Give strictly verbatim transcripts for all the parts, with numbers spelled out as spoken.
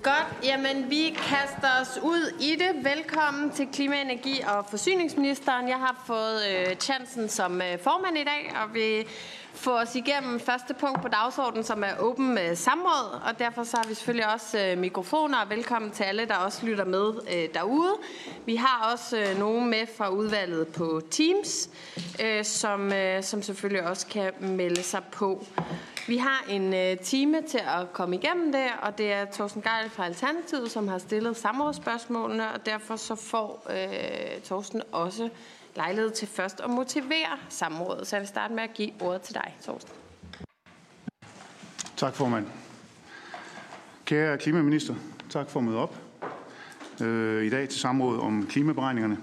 Godt, jamen vi kaster os ud i det. Velkommen til Klima-, Energi- og Forsyningsministeren. Jeg har fået øh, chancen som øh, formand i dag, og vil få os igennem første punkt på dagsordenen, som er åben øh, samråd. Og derfor så har vi selvfølgelig også øh, mikrofoner, og velkommen til alle, der også lytter med øh, derude. Vi har også øh, nogen med fra udvalget på Teams, øh, som, øh, som selvfølgelig også kan melde sig på. Vi har en øh, time til at komme igennem det, og det er Torsten Gejl fra Alternativet, som har stillet samrådsspørgsmålene, og derfor så får øh, Torsten også lejlighed til først at motivere samrådet. Så jeg vil starte med at give ordet til dig, Torsten. Tak, formand. Kære klimaminister, tak for at møde op øh, i dag til samrådet om klimaberegningerne.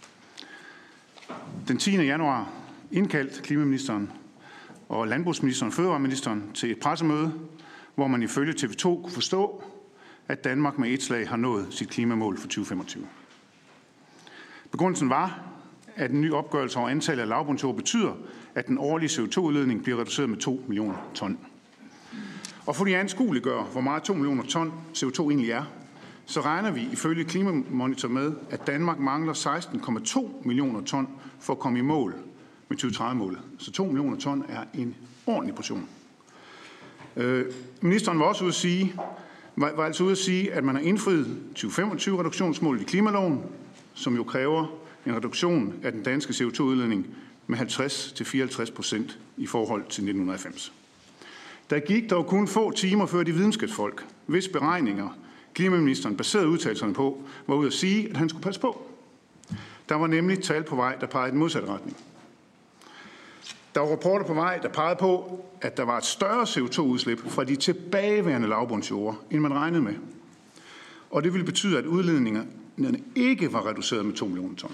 Den tiende januar indkaldt klimaministeren og landbrugsministeren og fødevareministeren til et pressemøde, hvor man ifølge T V to kunne forstå, at Danmark med et slag har nået sit klimamål for tyve femogtyve. Begrundelsen var, at en ny opgørelse over antallet af lavbundsjord betyder, at den årlige C O to udledning bliver reduceret med to millioner ton. Og for at anskueliggøre, hvor meget to millioner ton C O to egentlig er, så regner vi ifølge Klimamonitor med, at Danmark mangler seksten komma to millioner ton for at komme i mål med tyve tredive-målet. Så to millioner ton er en ordentlig portion. Øh, ministeren var også ude at sige, var, var altså ude at sige, at man har indfriet tyve femogtyve-reduktionsmålet i klimaloven, som jo kræver en reduktion af den danske C O to udledning med halvtreds til fireoghalvtreds procent i forhold til nitten halvfems. Der gik dog kun få timer før de videnskabsfolk, hvis beregninger klimaministeren baserede udtalelserne på, var ude at sige, at han skulle passe på. Der var nemlig tal på vej, der pegede i den modsatte retning. Der var rapporter på vej, der pegede på, at der var et større C O to udslip fra de tilbageværende lavbundsjorde, end man regnede med. Og det ville betyde, at udledningerne ikke var reduceret med to millioner ton.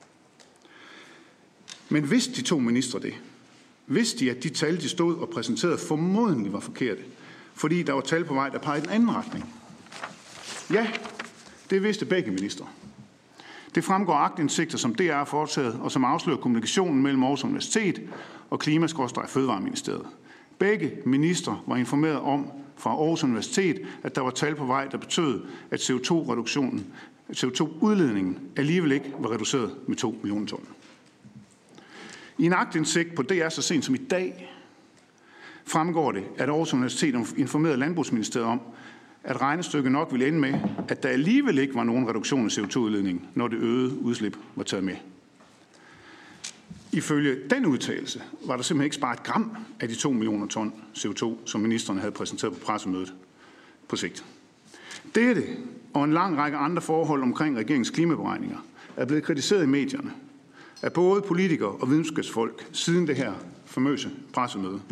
Men vidste de to ministre det? Vidste de, at de tal, de stod og præsenterede, formodentlig var forkerte, fordi der var tal på vej, der pegede i den anden retning? Ja, det vidste begge ministre. Det fremgår aktindsigter, som D R har foretaget, og som afslører kommunikationen mellem Aarhus Universitet og Klima-Fødevareministeriet. Begge ministre var informeret om fra Aarhus Universitet, at der var tal på vej, der betød, at C O to-reduktionen, C O to-udledningen alligevel ikke var reduceret med to millioner ton. I en aktindsigt på D R så sent som i dag fremgår det, at Aarhus Universitet informerede Landbrugsministeriet om, at regnestykket nok ville ende med, at der alligevel ikke var nogen reduktion af C O to-udledningen, når det øgede udslip var taget med. Ifølge den udtalelse var der simpelthen ikke sparet et gram af de to millioner ton C O to, som ministeren havde præsenteret på pressemødet på sigt. Dette og en lang række andre forhold omkring regeringens klimaberegninger er blevet kritiseret i medierne af både politikere og videnskabsfolk siden det her famøse pressemøde.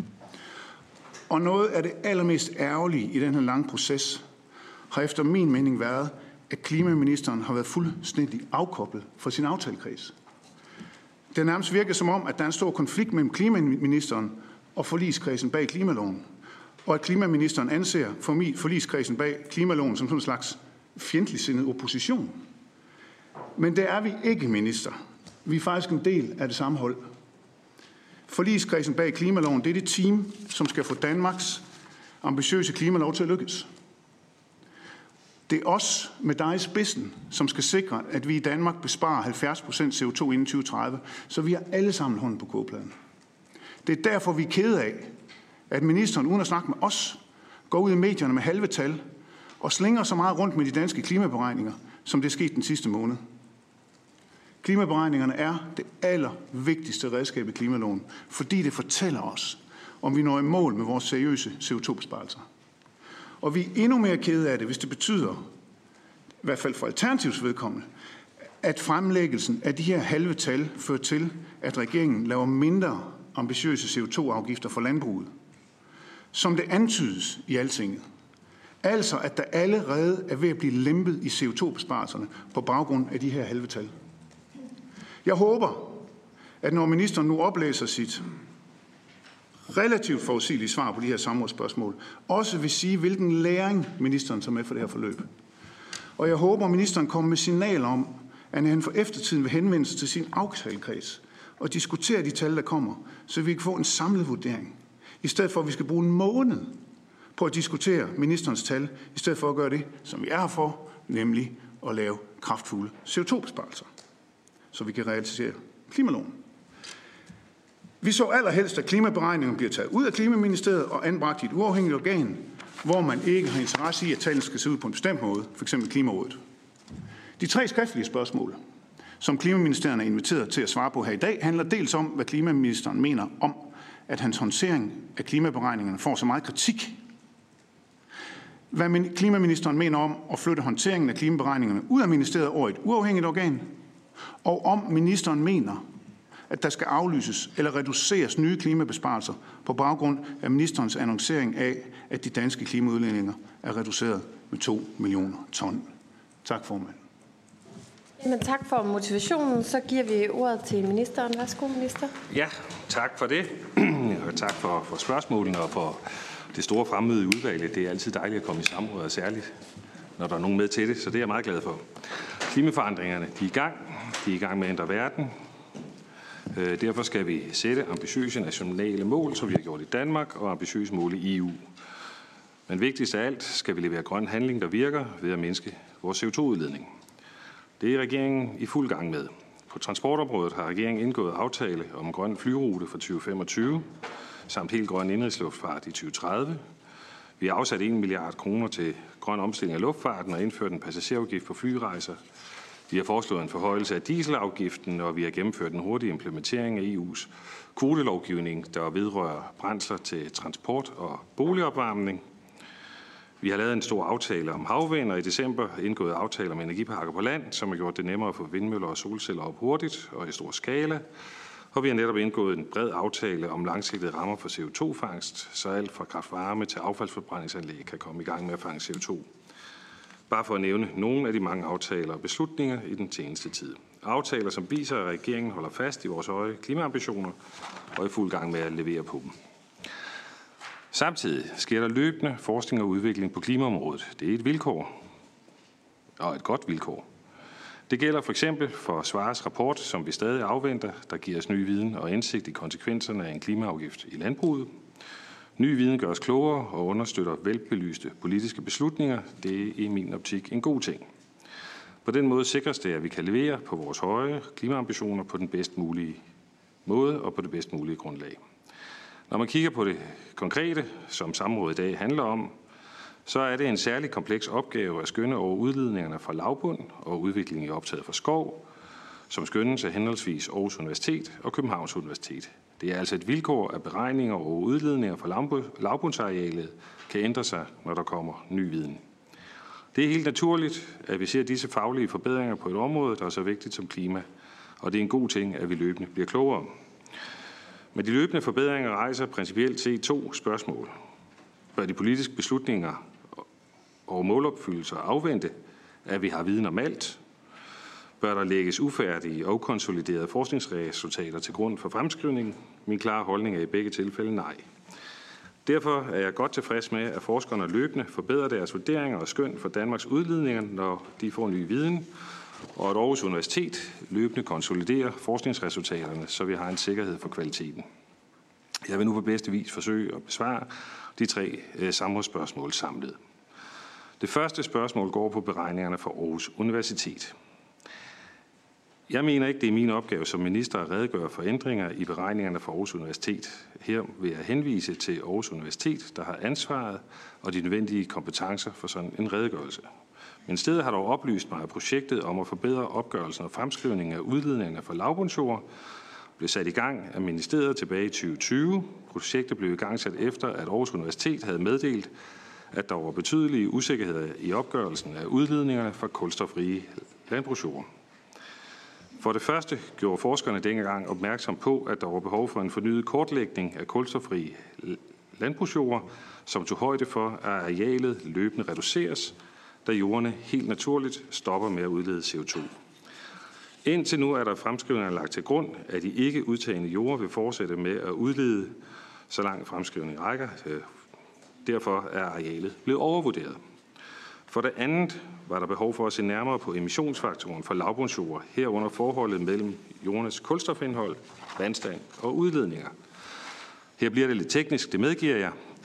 Og noget af det allermest ærgerlige i den her lange proces har efter min mening været, at klimaministeren har været fuldstændig afkoblet fra sin aftalekreds. Det nærmest virker som om, at der er en stor konflikt mellem klimaministeren og forligskredsen bag klimaloven, og at klimaministeren anser forligskredsen bag klimaloven som sådan en slags fjendtligsindet opposition. Men det er vi ikke, minister. Vi er faktisk en del af det samme hold. Forligskredsen bag klimaloven, det er det team, som skal få Danmarks ambitiøse klimalov til at lykkes. Det er os med dig i spidsen, som skal sikre, at vi i Danmark besparer halvfjerds procent C O to inden tyve tredive, så vi har alle sammen hånden på kogepladen. Det er derfor, vi er kede af, at ministeren uden at snakke med os, går ud i medierne med halve tal og slinger så meget rundt med de danske klimaberegninger, som det er sket den sidste måned. Klimaberegningerne er det allervigtigste redskab i klimaloven, fordi det fortæller os, om vi når i mål med vores seriøse C O to-besparelser. Og vi er endnu mere kede af det, hvis det betyder, i hvert fald for Alternativs vedkommende, at fremlæggelsen af de her halve tal fører til, at regeringen laver mindre ambitiøse C O to-afgifter for landbruget, som det antydes i Altinget. Altså, at der allerede er ved at blive lempet i C O to-besparelserne på baggrund af de her halve tal. Jeg håber, at når ministeren nu oplæser sit relativt forudsigelige svar på de her samrådsspørgsmål, også vil sige, hvilken læring ministeren tager med for det her forløb. Og jeg håber, at ministeren kommer med signaler om, at han for eftertiden vil henvende sig til sin aftalekreds og diskutere de tal, der kommer, så vi kan få en samlet vurdering. I stedet for, at vi skal bruge en måned på at diskutere ministerens tal, i stedet for at gøre det, som vi er her for, nemlig at lave kraftfulde C O to besparelser, så vi kan realisere klimaloven. Vi så allerhelst, at klimaberegningerne bliver taget ud af Klimaministeriet og anbragt i et uafhængigt organ, hvor man ikke har interesse i, at tallene skal se ud på en bestemt måde, f.eks. Klimarådet. De tre skriftlige spørgsmål, som Klimaministeriet er inviteret til at svare på her i dag, handler dels om, hvad klimaministeren mener om, at hans håndtering af klimaberegningerne får så meget kritik. Hvad klimaministeren mener om at flytte håndteringen af klimaberegningerne ud af ministeriet over et uafhængigt organ, og om ministeren mener, at der skal aflyses eller reduceres nye klimabesparelser på baggrund af ministerens annoncering af, at de danske klimaudledninger er reduceret med to millioner ton. Tak, formand. Jamen, tak for motivationen. Så giver vi ordet til ministeren. Værsgo, minister. Ja, tak for det. Og tak for, for spørgsmålene og for det store fremmøde i udvalget. Det er altid dejligt at komme i samråd, og særligt når der er nogen med til det, så det er jeg meget glad for. Klimaforandringerne, de er i gang. De er i gang med at ændre verden. Derfor skal vi sætte ambitiøse nationale mål, som vi har gjort i Danmark, og ambitiøse mål i E U. Men vigtigst af alt skal vi levere grøn handling, der virker ved at mindske vores C O to udledning. Det er regeringen i fuld gang med. På transportområdet har regeringen indgået aftale om en grøn flyrute for tyve femogtyve, samt helt grøn indrigsluftfart i tyve tredive. Vi har afsat en milliard kroner til grøn omstilling af luftfarten og indført en passagerafgift på flyrejser. Vi har foreslået en forhøjelse af dieselafgiften, og vi har gennemført en hurtig implementering af E U's kvotelovgivning, der vedrører brændsler til transport og boligopvarmning. Vi har lavet en stor aftale om havvind, og i december indgået aftaler om energiparker på land, som har gjort det nemmere at få vindmøller og solceller op hurtigt og i stor skala. Og vi har netop indgået en bred aftale om langsigtede rammer for C O to fangst, så alt fra kraft-varme til affaldsforbrændingsanlæg kan komme i gang med at fange C O to. Bare for at nævne nogle af de mange aftaler og beslutninger i den seneste tid. Aftaler, som viser, at regeringen holder fast i vores høje klimaambitioner og er i fuld gang med at levere på dem. Samtidig sker der løbende forskning og udvikling på klimaområdet. Det er et vilkår, og et godt vilkår. Det gælder for eksempel for Svares rapport, som vi stadig afventer, der giver os ny viden og indsigt i konsekvenserne af en klimaafgift i landbruget. Ny viden gør os klogere og understøtter velbelyste politiske beslutninger. Det er i min optik en god ting. På den måde sikres det, at vi kan levere på vores høje klimaambitioner på den bedst mulige måde og på det bedst mulige grundlag. Når man kigger på det konkrete, som samrådet i dag handler om, så er det en særlig kompleks opgave at skønne over udledningerne fra lavbund og udvikling i optaget for skov, som skønnes af henholdsvis Aarhus Universitet og Københavns Universitet. Det er altså et vilkår, at beregninger over udledninger fra lavbundsarealet kan ændre sig, når der kommer ny viden. Det er helt naturligt, at vi ser disse faglige forbedringer på et område, der er så vigtigt som klima, og det er en god ting, at vi løbende bliver klogere. Men de løbende forbedringer rejser principielt set to spørgsmål. Bør de politiske beslutninger og målopfyldelser afvente, at vi har viden om alt? Bør der lægges ufærdige og konsoliderede forskningsresultater til grund for fremskrivningen? Min klare holdning er i begge tilfælde nej. Derfor er jeg godt tilfreds med, at forskerne løbende forbedrer deres vurderinger og skøn for Danmarks udledninger, når de får ny viden, og at Aarhus Universitet løbende konsoliderer forskningsresultaterne, så vi har en sikkerhed for kvaliteten. Jeg vil nu på bedste vis forsøge at besvare de tre eh, samrådsspørgsmål samlet. Det første spørgsmål går på beregningerne for Aarhus Universitet. Jeg mener ikke, det er min opgave som minister at redegøre for ændringer i beregningerne for Aarhus Universitet. Her vil jeg henvise til Aarhus Universitet, der har ansvaret og de nødvendige kompetencer for sådan en redegørelse. Men stedet har dog oplyst mig, at projektet om at forbedre opgørelsen og fremskrivningen af udledningerne fra lavbundsjord blev sat i gang af ministeriet tilbage i tyve tyve. Projektet blev igangsat efter, at Aarhus Universitet havde meddelt, at der var betydelige usikkerheder i opgørelsen af udledningerne fra kulstofrige landbrugsjord. For det første gjorde forskerne dengang opmærksom på, at der var behov for en fornyet kortlægning af kulstofrige landbrugsjord, som tog højde for, at arealet løbende reduceres, da jordene helt naturligt stopper med at udlede C O to. Indtil nu er der fremskrivninger lagt til grund, at de ikke udtagende jorder vil fortsætte med at udlede, så langt fremskrivningen rækker. Derfor er arealet blevet overvurderet. For det andet var der behov for at se nærmere på emissionsfaktoren for lavbundsjord, herunder forholdet mellem jordernes kulstofindhold, vandstand og udledninger. Her bliver det lidt teknisk, det medgiver jeg,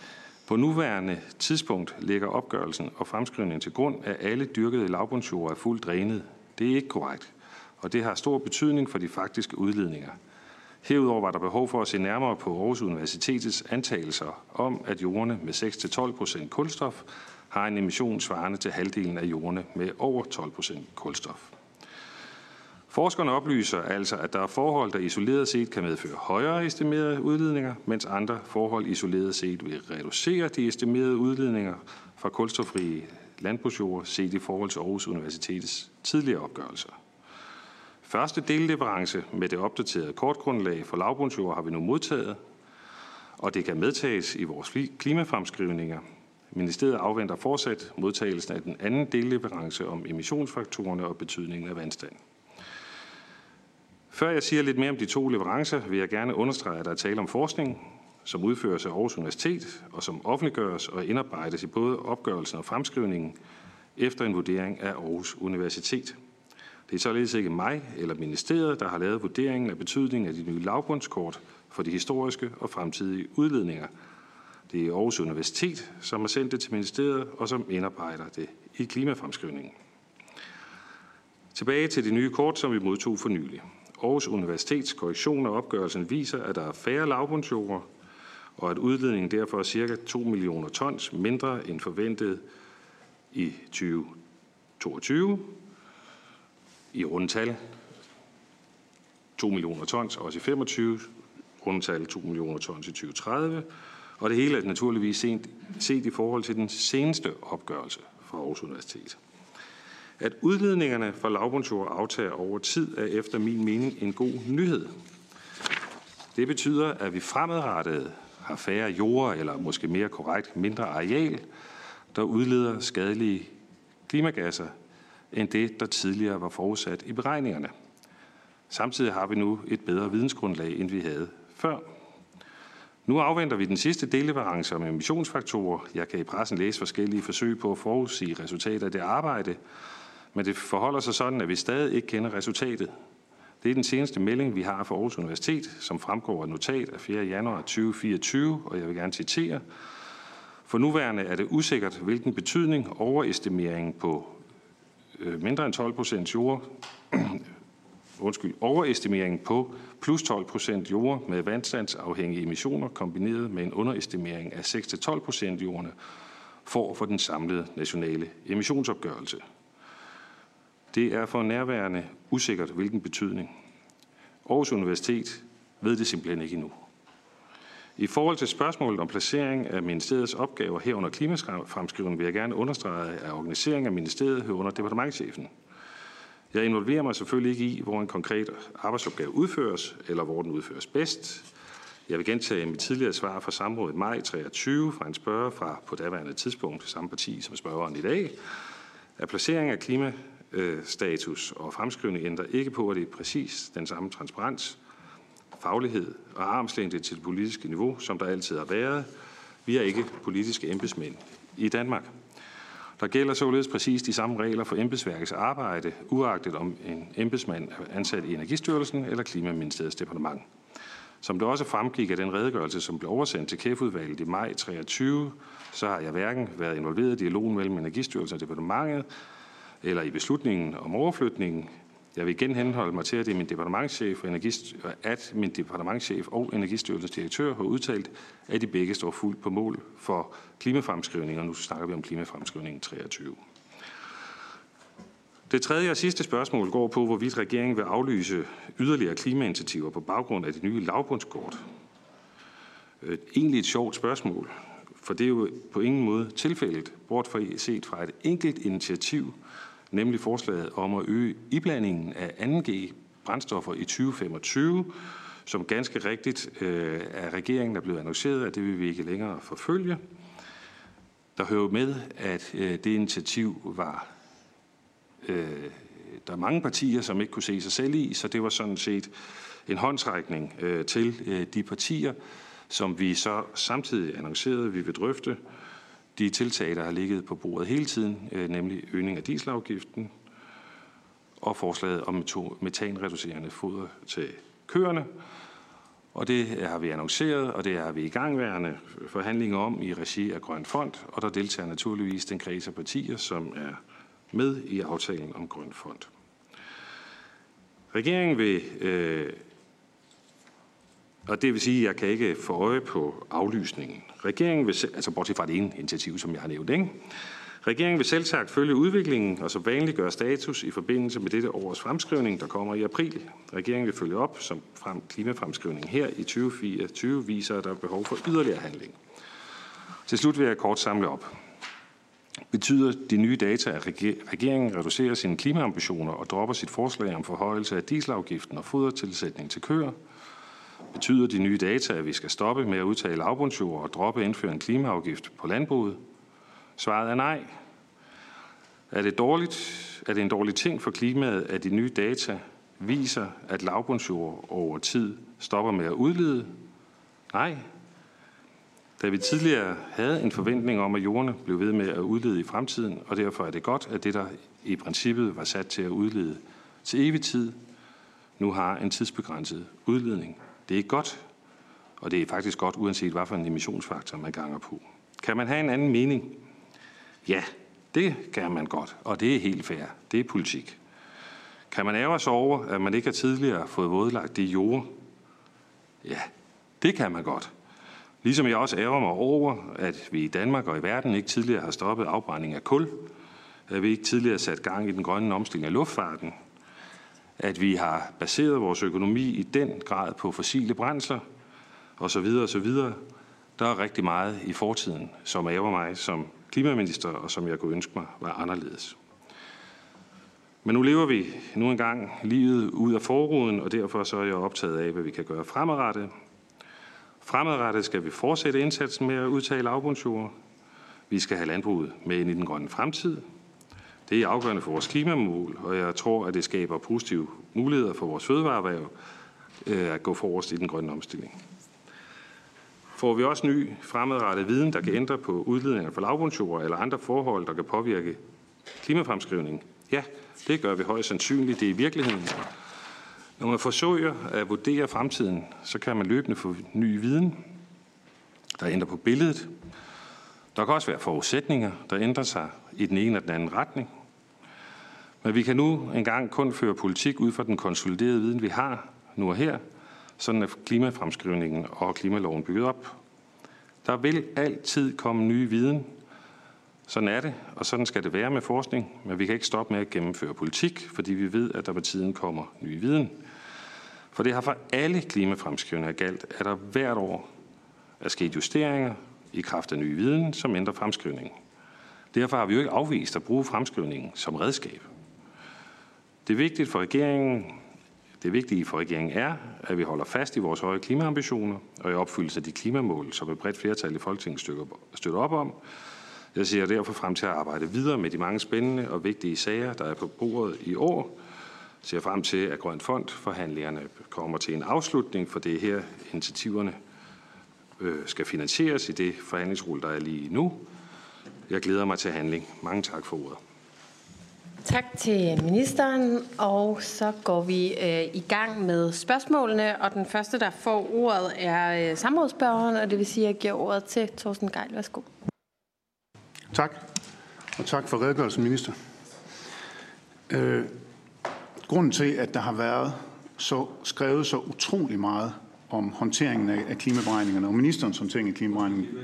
På nuværende tidspunkt ligger opgørelsen og fremskrivningen til grund, at alle dyrkede lavbundsjorde er fuldt drænet. Det er ikke korrekt, og det har stor betydning for de faktiske udledninger. Herudover var der behov for at se nærmere på Aarhus Universitetets antagelser om, at jordene med seks til tolv procent kulstof har en emission svarende til halvdelen af jordene med over tolv procent kulstof. Forskerne oplyser altså, at der er forhold, der isoleret set kan medføre højere estimerede udledninger, mens andre forhold isoleret set vil reducere de estimerede udledninger fra kulstoffrie landbrugsjord set i forhold til Aarhus Universitetets tidligere opgørelser. Første delleverance med det opdaterede kortgrundlag for lavbundsjord har vi nu modtaget, og det kan medtages i vores klimafremskrivninger. Ministeriet afventer fortsat modtagelsen af den anden delleverance om emissionsfaktorerne og betydningen af vandstand. Før jeg siger lidt mere om de to leverancer, vil jeg gerne understrege, at der er tale om forskning, som udføres af Aarhus Universitet, og som offentliggøres og indarbejdes i både opgørelsen og fremskrivningen efter en vurdering af Aarhus Universitet. Det er således ikke mig eller ministeriet, der har lavet vurderingen af betydningen af de nye lavbundskort for de historiske og fremtidige udledninger. Det er Aarhus Universitet, som har sendt det til ministeriet og som indarbejder det i klimafremskrivningen. Tilbage til de nye kort, som vi modtog for nylig. Aarhus Universitets korrektion af opgørelsen viser, at der er færre lavbundsjorder, og at udledningen derfor er ca. to millioner tons mindre end forventet i tyve toogtyve. I rundetal to millioner tons, også i femogtyve, rundetal to millioner tons i tyve tredive, og det hele er naturligvis set, set i forhold til den seneste opgørelse fra Aarhus Universitet. At udledningerne fra lavbundsjord aftager over tid er efter min mening en god nyhed. Det betyder, at vi fremadrettet har færre jorder, eller måske mere korrekt mindre areal, der udleder skadelige klimagasser, end det, der tidligere var forudsat i beregningerne. Samtidig har vi nu et bedre vidensgrundlag, end vi havde før. Nu afventer vi den sidste delleverance om emissionsfaktorer. Jeg kan i pressen læse forskellige forsøg på at forudsige resultater af det arbejde, men det forholder sig sådan, at vi stadig ikke kender resultatet. Det er den seneste melding, vi har fra Aarhus Universitet, som fremgår af notat af fjerde januar to tusind fireogtyve, og jeg vil gerne citere. For nuværende er det usikkert, hvilken betydning overestimeringen på øh, mindre end tolv procent jord, undskyld, overestimeringen på plus tolv procent jord med vandstandsafhængige emissioner kombineret med en underestimering af seks til tolv procent jordene får for den samlede nationale emissionsopgørelse. Det er for nærværende usikkert, hvilken betydning. Aarhus Universitet ved det simpelthen ikke endnu. I forhold til spørgsmålet om placering af ministeriets opgaver herunder klimafremskrivning, vil jeg gerne understrege, at organiseringen af ministeriet hører under departementschefen. Jeg involverer mig selvfølgelig ikke i, hvor en konkret arbejdsopgave udføres, eller hvor den udføres bedst. Jeg vil gentage mit tidligere svar fra samrådet maj treogtyve fra en spørger fra på daværende tidspunkt samme parti som spørgeren i dag, at placering af klimastatus og fremskrivning ændrer ikke på, at det er præcis den samme transparens, faglighed og armslængde til det politiske niveau, som der altid har været. Vi er ikke politiske embedsmænd i Danmark. Der gælder således præcis de samme regler for embedsværkets arbejde, uagtet om en embedsmand er ansat i Energistyrelsen eller Klimaministeriets departement. Som det også fremgik af den redegørelse, som blev oversendt til K E F-udvalget i maj treogtyve, så har jeg hverken været involveret i dialogen mellem Energistyrelsen og departementet eller i beslutningen om overflytningen. Jeg vil igen henholde mig til, at det er min departementschef og, at min departementschef og Energistyrelsens direktør har udtalt, at de begge står fuldt på mål for klimafremskrivninger. Nu snakker vi om klimafremskrivningen treogtyve. Det tredje og sidste spørgsmål går på, hvorvidt regeringen vil aflyse yderligere klimainitiativer på baggrund af de nye lavbundskort. Egentlig et sjovt spørgsmål, for det er jo på ingen måde tilfældet, bortset fra et enkelt initiativ, nemlig forslaget om at øge iblandingen af anden G brændstoffer i tyve femogtyve, som ganske rigtigt øh, af regeringen er blevet annonceret, at det vil vi ikke længere forfølge. Der hører med, at øh, det initiativ var øh, der er mange partier, som ikke kunne se sig selv i, så det var sådan set en håndsrækning øh, til øh, de partier, som vi så samtidig annoncerede, at vi vil drøfte de tiltag, der har ligget på bordet hele tiden, nemlig øgning af dieselafgiften og forslaget om metanreducerende foder til køerne. Og det har vi annonceret, og det har vi i gangværende forhandlinger om i regi af Grøn Fond, og der deltager naturligvis den kreds af partier, som er med i aftalen om Grøn Fond. Regeringen vil, øh, og det vil sige, at jeg kan ikke få øje på aflysningen. Regeringen vil, altså bortset fra det ene initiativ, som jeg har nævnt, ikke? Regeringen vil selvsagt følge udviklingen og så vanligt gøre status i forbindelse med dette års fremskrivning, der kommer i april. Regeringen vil følge op, som frem, klimafremskrivningen her i tyve fireogtyve viser, at der er behov for yderligere handling. Til slut vil jeg kort samle op. Betyder de nye data, at regeringen reducerer sine klimaambitioner og dropper sit forslag om forhøjelse af dieselafgiften og fodertilsætning til køer? Betyder de nye data, at vi skal stoppe med at udtage lavbundsjord og droppe at indføre en klimaafgift på landbruget? Svaret er nej. Er det, dårligt, er det en dårlig ting for klimaet, at de nye data viser, at lavbundsjord over tid stopper med at udlede? Nej. Da vi tidligere havde en forventning om, at jordene blev ved med at udlede i fremtiden, og derfor er det godt, at det, der i princippet var sat til at udlede til evig tid, nu har en tidsbegrænset udledning. Det er ikke godt, og det er faktisk godt, uanset hvad for en emissionsfaktor man ganger på. Kan man have en anden mening? Ja, det kan man godt, og det er helt fair. Det er politik. Kan man ærge sig over, at man ikke har tidligere fået vådlagt det jord? Ja, det kan man godt. Ligesom jeg også ærger mig over, at vi i Danmark og i verden ikke tidligere har stoppet afbrænding af kul, at vi ikke tidligere sat gang i den grønne omstilling af luftfarten, at vi har baseret vores økonomi i den grad på fossile brændsler, osv. osv. Der er rigtig meget i fortiden, som ærger mig som klimaminister, og som jeg kunne ønske mig var anderledes. Men nu lever vi nu engang livet ud af forruden, og derfor så er jeg optaget af, hvad vi kan gøre fremadrettet. Fremadrettet skal vi fortsætte indsatsen med at udtage lavbundsjord. Vi skal have landbruget med ind i den grønne fremtid. Det er afgørende for vores klimamål, og jeg tror, at det skaber positive muligheder for vores fødevareerhverv at gå forrest i den grønne omstilling. Får vi også ny fremadrettet viden, der kan ændre på udledninger fra lavbundsjord eller andre forhold, der kan påvirke klimafremskrivningen? Ja, det gør vi højst sandsynligt. Det er i virkeligheden. Når man forsøger at vurdere fremtiden, så kan man løbende få ny viden, der ændrer på billedet. Der kan også være forudsætninger, der ændrer sig i den ene eller den anden retning. Men vi kan nu engang kun føre politik ud fra den konsoliderede viden, vi har nu og her, sådan er klimafremskrivningen og klimaloven bygget op. Der vil altid komme nye viden. Sådan er det, og sådan skal det være med forskning, men vi kan ikke stoppe med at gennemføre politik, fordi vi ved, at der med tiden kommer ny viden. For det har for alle klimafremskrivninger galt, at der hvert år er sket justeringer i kraft af ny viden, som ændrer fremskrivningen. Derfor har vi jo ikke afvist at bruge fremskrivningen som redskab. Det er vigtigt for regeringen, det vigtige for regeringen er, at vi holder fast i vores høje klimaambitioner og i opfyldelse af de klimamål, som et bredt flertal i Folketinget støtter op om. Jeg ser derfor frem til at arbejde videre med de mange spændende og vigtige sager, der er på bordet i år. Jeg ser frem til, at Grøn Fond forhandlingerne kommer til en afslutning, for det er her initiativerne skal finansieres i det forhandlingsrulle, der er lige nu. Jeg glæder mig til handling. Mange tak for ordet. Tak til ministeren, og så går vi øh, i gang med spørgsmålene, og den første, der får ordet, er øh, samrådsspørgeren, og det vil sige, at jeg giver ordet til Torsten Gejl. Værsgo. Tak, og tak for redegørelsen, minister. Øh, grunden til, at der har været så skrevet så utrolig meget om håndteringen af, af klimaberegningerne, og ministerens håndtering af klimaberegningerne.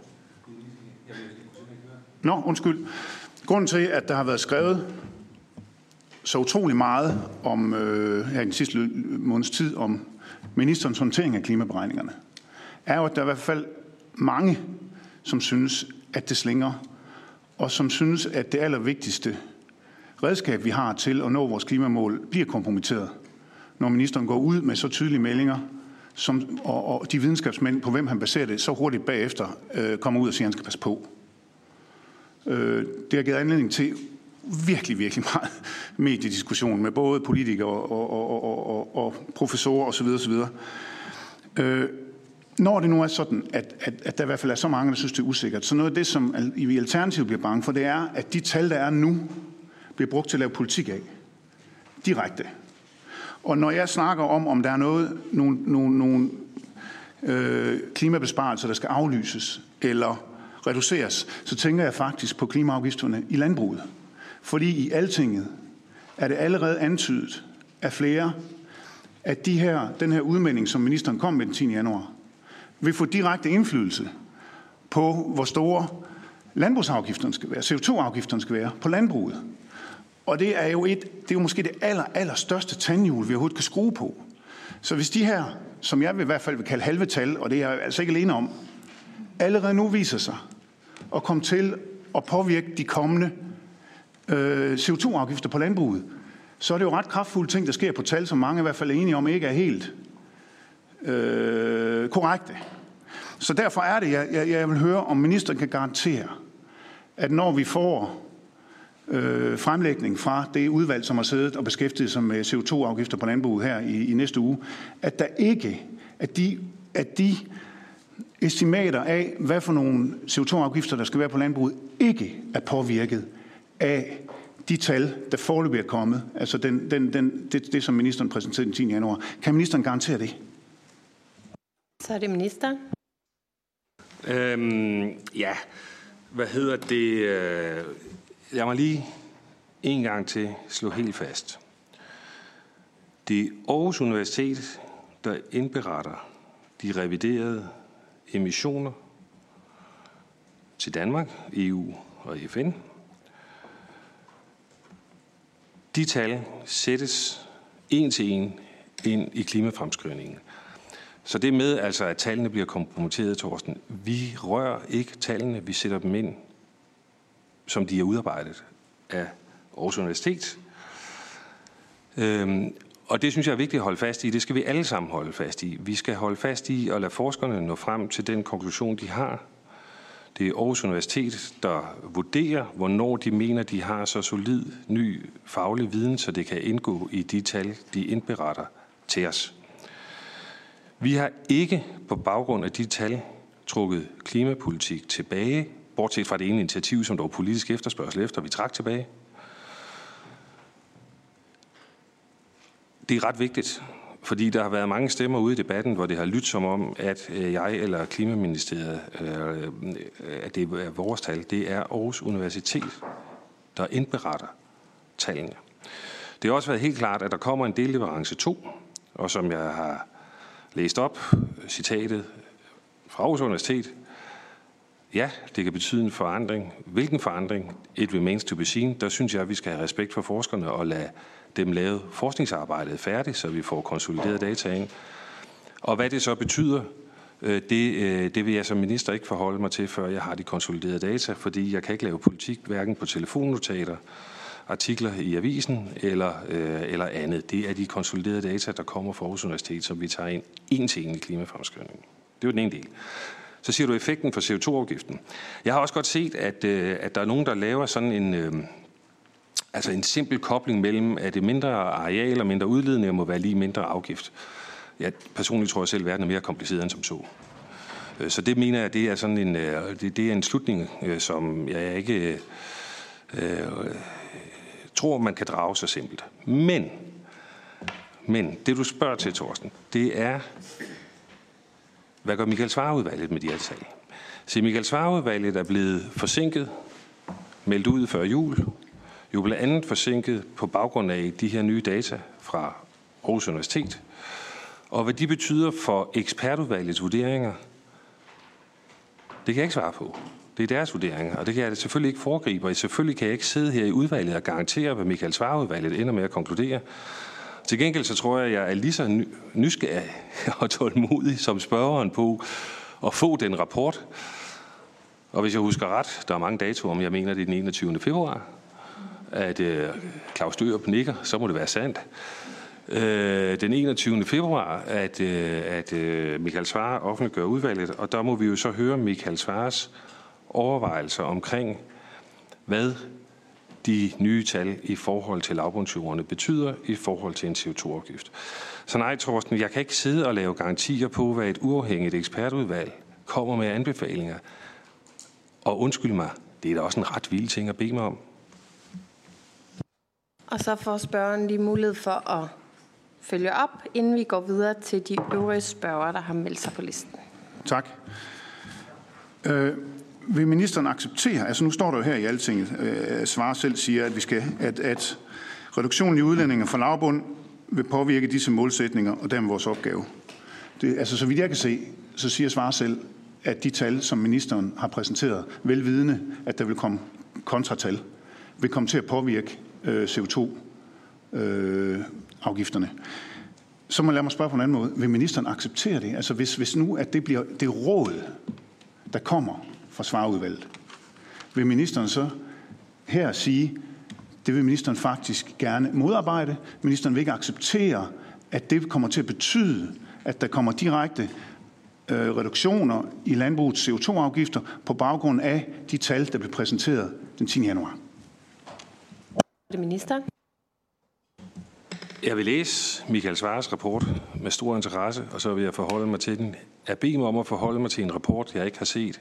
Nå, undskyld. Grunden til, at der har været skrevet så utrolig meget om øh, her i den sidste måneds tid om ministerens håndtering af klimaberegningerne, er jo, at der er i hvert fald mange, som synes, at det slinger, og som synes, at det allervigtigste redskab, vi har til at nå vores klimamål, bliver kompromitteret, når ministeren går ud med så tydelige meldinger, som, og, og de videnskabsmænd, på hvem han baserer det, så hurtigt bagefter øh, kommer ud og siger, at han skal passe på. Øh, det har givet anledning til virkelig, virkelig meget mediediskussion med både politikere og, og, og, og, og professorer osv. osv. Øh, når det nu er sådan, at, at, at der i hvert fald er så mange, der synes, det er usikkert, så noget af det, som i Alternativet bliver bange for, det er, at de tal, der er nu, bliver brugt til at lave politik af. Direkte. Og når jeg snakker om, om der er noget, nogle, nogle, nogle øh, klimabesparelser, der skal aflyses eller reduceres, så tænker jeg faktisk på klimaafgifterne i landbruget. Fordi i Altinget er det allerede antydet af flere, at de her, den her udmelding, som ministeren kom med den tiende januar, vil få direkte indflydelse på, hvor store landbrugsafgifterne skal være, C O to afgifterne skal være på landbruget. Og det er jo, et, det er jo måske det aller, aller største tandhjul, vi overhovedet kan skrue på. Så hvis de her, som jeg vil i hvert fald vil kalde halve tal, og det er jeg altså ikke alene om, allerede nu viser sig at komme til at påvirke de kommende øh, C O to afgifter på landbruget, så er det jo ret kraftfulde ting, der sker på tal, som mange i hvert fald er enige om ikke er helt øh, korrekte. Så derfor er det, jeg, jeg, jeg vil høre, om ministeren kan garantere, at når vi får øh, fremlægning fra det udvalg, som har siddet og beskæftiget sig med C O to afgifter på landbruget her i, i næste uge, at der ikke, at de, at de estimater af, hvad for nogle C O to afgifter, der skal være på landbruget, ikke er påvirket af de tal, der foreløbig er kommet, altså den, den, den, det, det, som ministeren præsenterede den tiende januar. Kan ministeren garantere det? Så er det ministeren. Øhm, ja, hvad hedder det? Jeg må lige en gang til slå helt fast. Det er Aarhus Universitet, der indberetter de reviderede emissioner til Danmark, E U og F N. De tal sættes en til en ind i klimafremskrivningen. Så det med, altså, at tallene bliver kompromitteret, Torsten, vi rører ikke tallene, vi sætter dem ind, som de er udarbejdet af Aarhus Universitet. Øhm, og det synes jeg er vigtigt at holde fast i. Det skal vi alle sammen holde fast i. Vi skal holde fast i at lade forskerne nå frem til den konklusion, de har. Det er Aarhus Universitet, der vurderer, hvornår de mener, de har så solid ny faglig viden, så det kan indgå i de tal, de indberetter til os. Vi har ikke på baggrund af de tal trukket klimapolitik tilbage, bortset fra det ene initiativ, som der var politisk efterspørgsel efter, vi trak tilbage. Det er ret vigtigt, fordi der har været mange stemmer ude i debatten, hvor det har lyttet som om, at jeg eller Klimaministeriet, at det er vores tal. Det er Aarhus Universitet, der indberetter tallene. Det har også været helt klart, at der kommer en delleverance to, og som jeg har læst op, citatet fra Aarhus Universitet, ja, det kan betyde en forandring. Hvilken forandring? It remains to be seen. Der synes jeg, at vi skal have respekt for forskerne og lade dem lave forskningsarbejdet færdigt, så vi får konsolideret data ind. Og hvad det så betyder, det, det vil jeg som minister ikke forholde mig til, før jeg har de konsoliderede data, fordi jeg kan ikke lave politik, hverken på telefonnotater, artikler i avisen eller, eller andet. Det er de konsoliderede data, der kommer fra Aarhus Universitet, som vi tager ind en til en i klimafremskrivningen. Det er jo den ene del. Så siger du effekten for C O to afgiften. Jeg har også godt set, at, at der er nogen, der laver sådan en, altså en simpel kobling mellem, at det mindre areal og mindre udledninger må være lige mindre afgift. Jeg personligt tror jeg selv, at verden er mere kompliceret end som så. Så det mener jeg, det er sådan en, det, det er en slutning, som jeg ikke øh, tror, man kan drage så simpelt. Men, men det du spørger til, Torsten, det er, hvad gør Michael Svarer-udvalget med de her tal? Så Michael Svarer-udvalget er blevet forsinket, meldt ud før jul, jo blandt andet forsinket på baggrund af de her nye data fra Aarhus Universitet. Og hvad de betyder for ekspertudvalgets vurderinger, det kan jeg ikke svare på. Det er deres vurderinger, og det kan jeg selvfølgelig ikke foregribe, og selvfølgelig kan jeg ikke sidde her i udvalget og garantere, hvad Michael Svarer-udvalget ender med at konkludere. Til gengæld så tror jeg, at jeg er lige så nysgerrig og tålmodig som spørgeren på at få den rapport. Og hvis jeg husker ret, der er mange datoer, om jeg mener, det er den enogtyvende februar, at øh, Claus Dørup nikker, så må det være sandt. Øh, den enogtyvende februar, at, øh, at øh, Michael Svarer offentliggør udvalget, og der må vi jo så høre Michael Svarers overvejelser omkring, hvad de nye tal i forhold til lavbundsjorderne betyder i forhold til en C O to afgift. Så nej, Torsten, jeg kan ikke sidde og lave garantier på, hvad et uafhængigt ekspertudvalg kommer med anbefalinger. Og undskyld mig, det er da også en ret vild ting at bede mig om. Og så får spørgeren lige mulighed for at følge op, inden vi går videre til de øvrige spørgere, der har meldt sig på listen. Tak. Øh, vil ministeren acceptere, altså nu står der jo her i Altinget, øh, Svarer selv siger, at vi skal, at, at reduktionen i udlændinge fra lavbund vil påvirke disse målsætninger og dermed vores opgave. Det, altså så vidt jeg kan se, så siger Svarer selv, at de tal, som ministeren har præsenteret, velvidende, at der vil komme kontratal, vil komme til at påvirke øh, C O to afgifterne. Så må jeg lade mig spørge på en anden måde. Vil ministeren acceptere det? Altså hvis, hvis nu, at det bliver det råd, der kommer fra Svarerudvalget, vil ministeren så her sige, det vil ministeren faktisk gerne modarbejde. Ministeren vil ikke acceptere, at det kommer til at betyde, at der kommer direkte øh, reduktioner i landbrugets C O to afgifter på baggrund af de tal, der blev præsenteret den tiende januar. Det minister. Jeg vil læse Michael Svarers rapport med stor interesse, og så vil jeg forholde mig til den. Jeg beder mig om at forholde mig til en rapport, jeg ikke har set.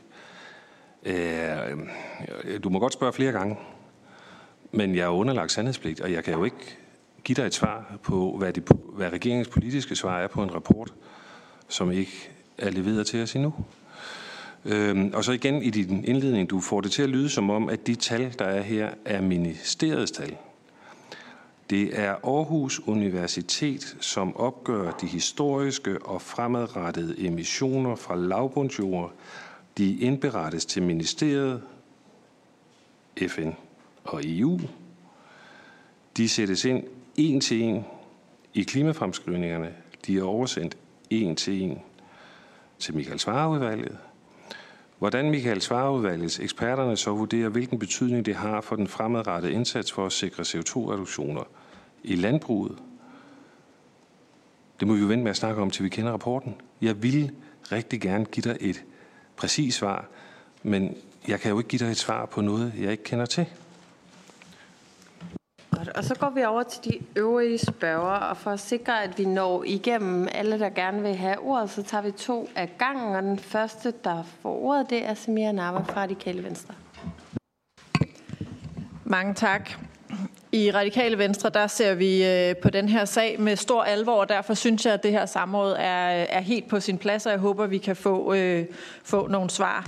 Du må godt spørge flere gange, men jeg er underlagt sandhedspligt, og jeg kan jo ikke give dig et svar på, hvad, det, hvad regeringens politiske svar er på en rapport, som ikke er leveret til os endnu. Og så igen i din indledning, du får det til at lyde som om, at de tal, der er her, er ministeriets tal. Det er Aarhus Universitet, som opgør de historiske og fremadrettede emissioner fra lavbundsjord. De indberettes til ministeriet, F N og E U. De sættes ind en til en i klimafremskrivningerne. De er oversendt en til en til Michael Svarer-udvalget. Hvordan Michael Svarer-udvalgets eksperterne så vurderer, hvilken betydning det har for den fremadrettede indsats for at sikre C O to reduktioner i landbruget, det må vi jo vente med at snakke om, til vi kender rapporten. Jeg vil rigtig gerne give dig et præcist svar, men jeg kan jo ikke give dig et svar på noget, jeg ikke kender til. Godt, og så går vi over til de øvrige spørgere, og for at sikre, at vi når igennem alle, der gerne vil have ordet, så tager vi to af gangen, og den første, der får ordet, det er Samira Nawa fra Radikale Venstre. Mange tak. I Radikale Venstre, der ser vi på den her sag med stor alvor, og derfor synes jeg, at det her samråd er, er helt på sin plads, og jeg håber, vi kan få, øh, få nogle svar.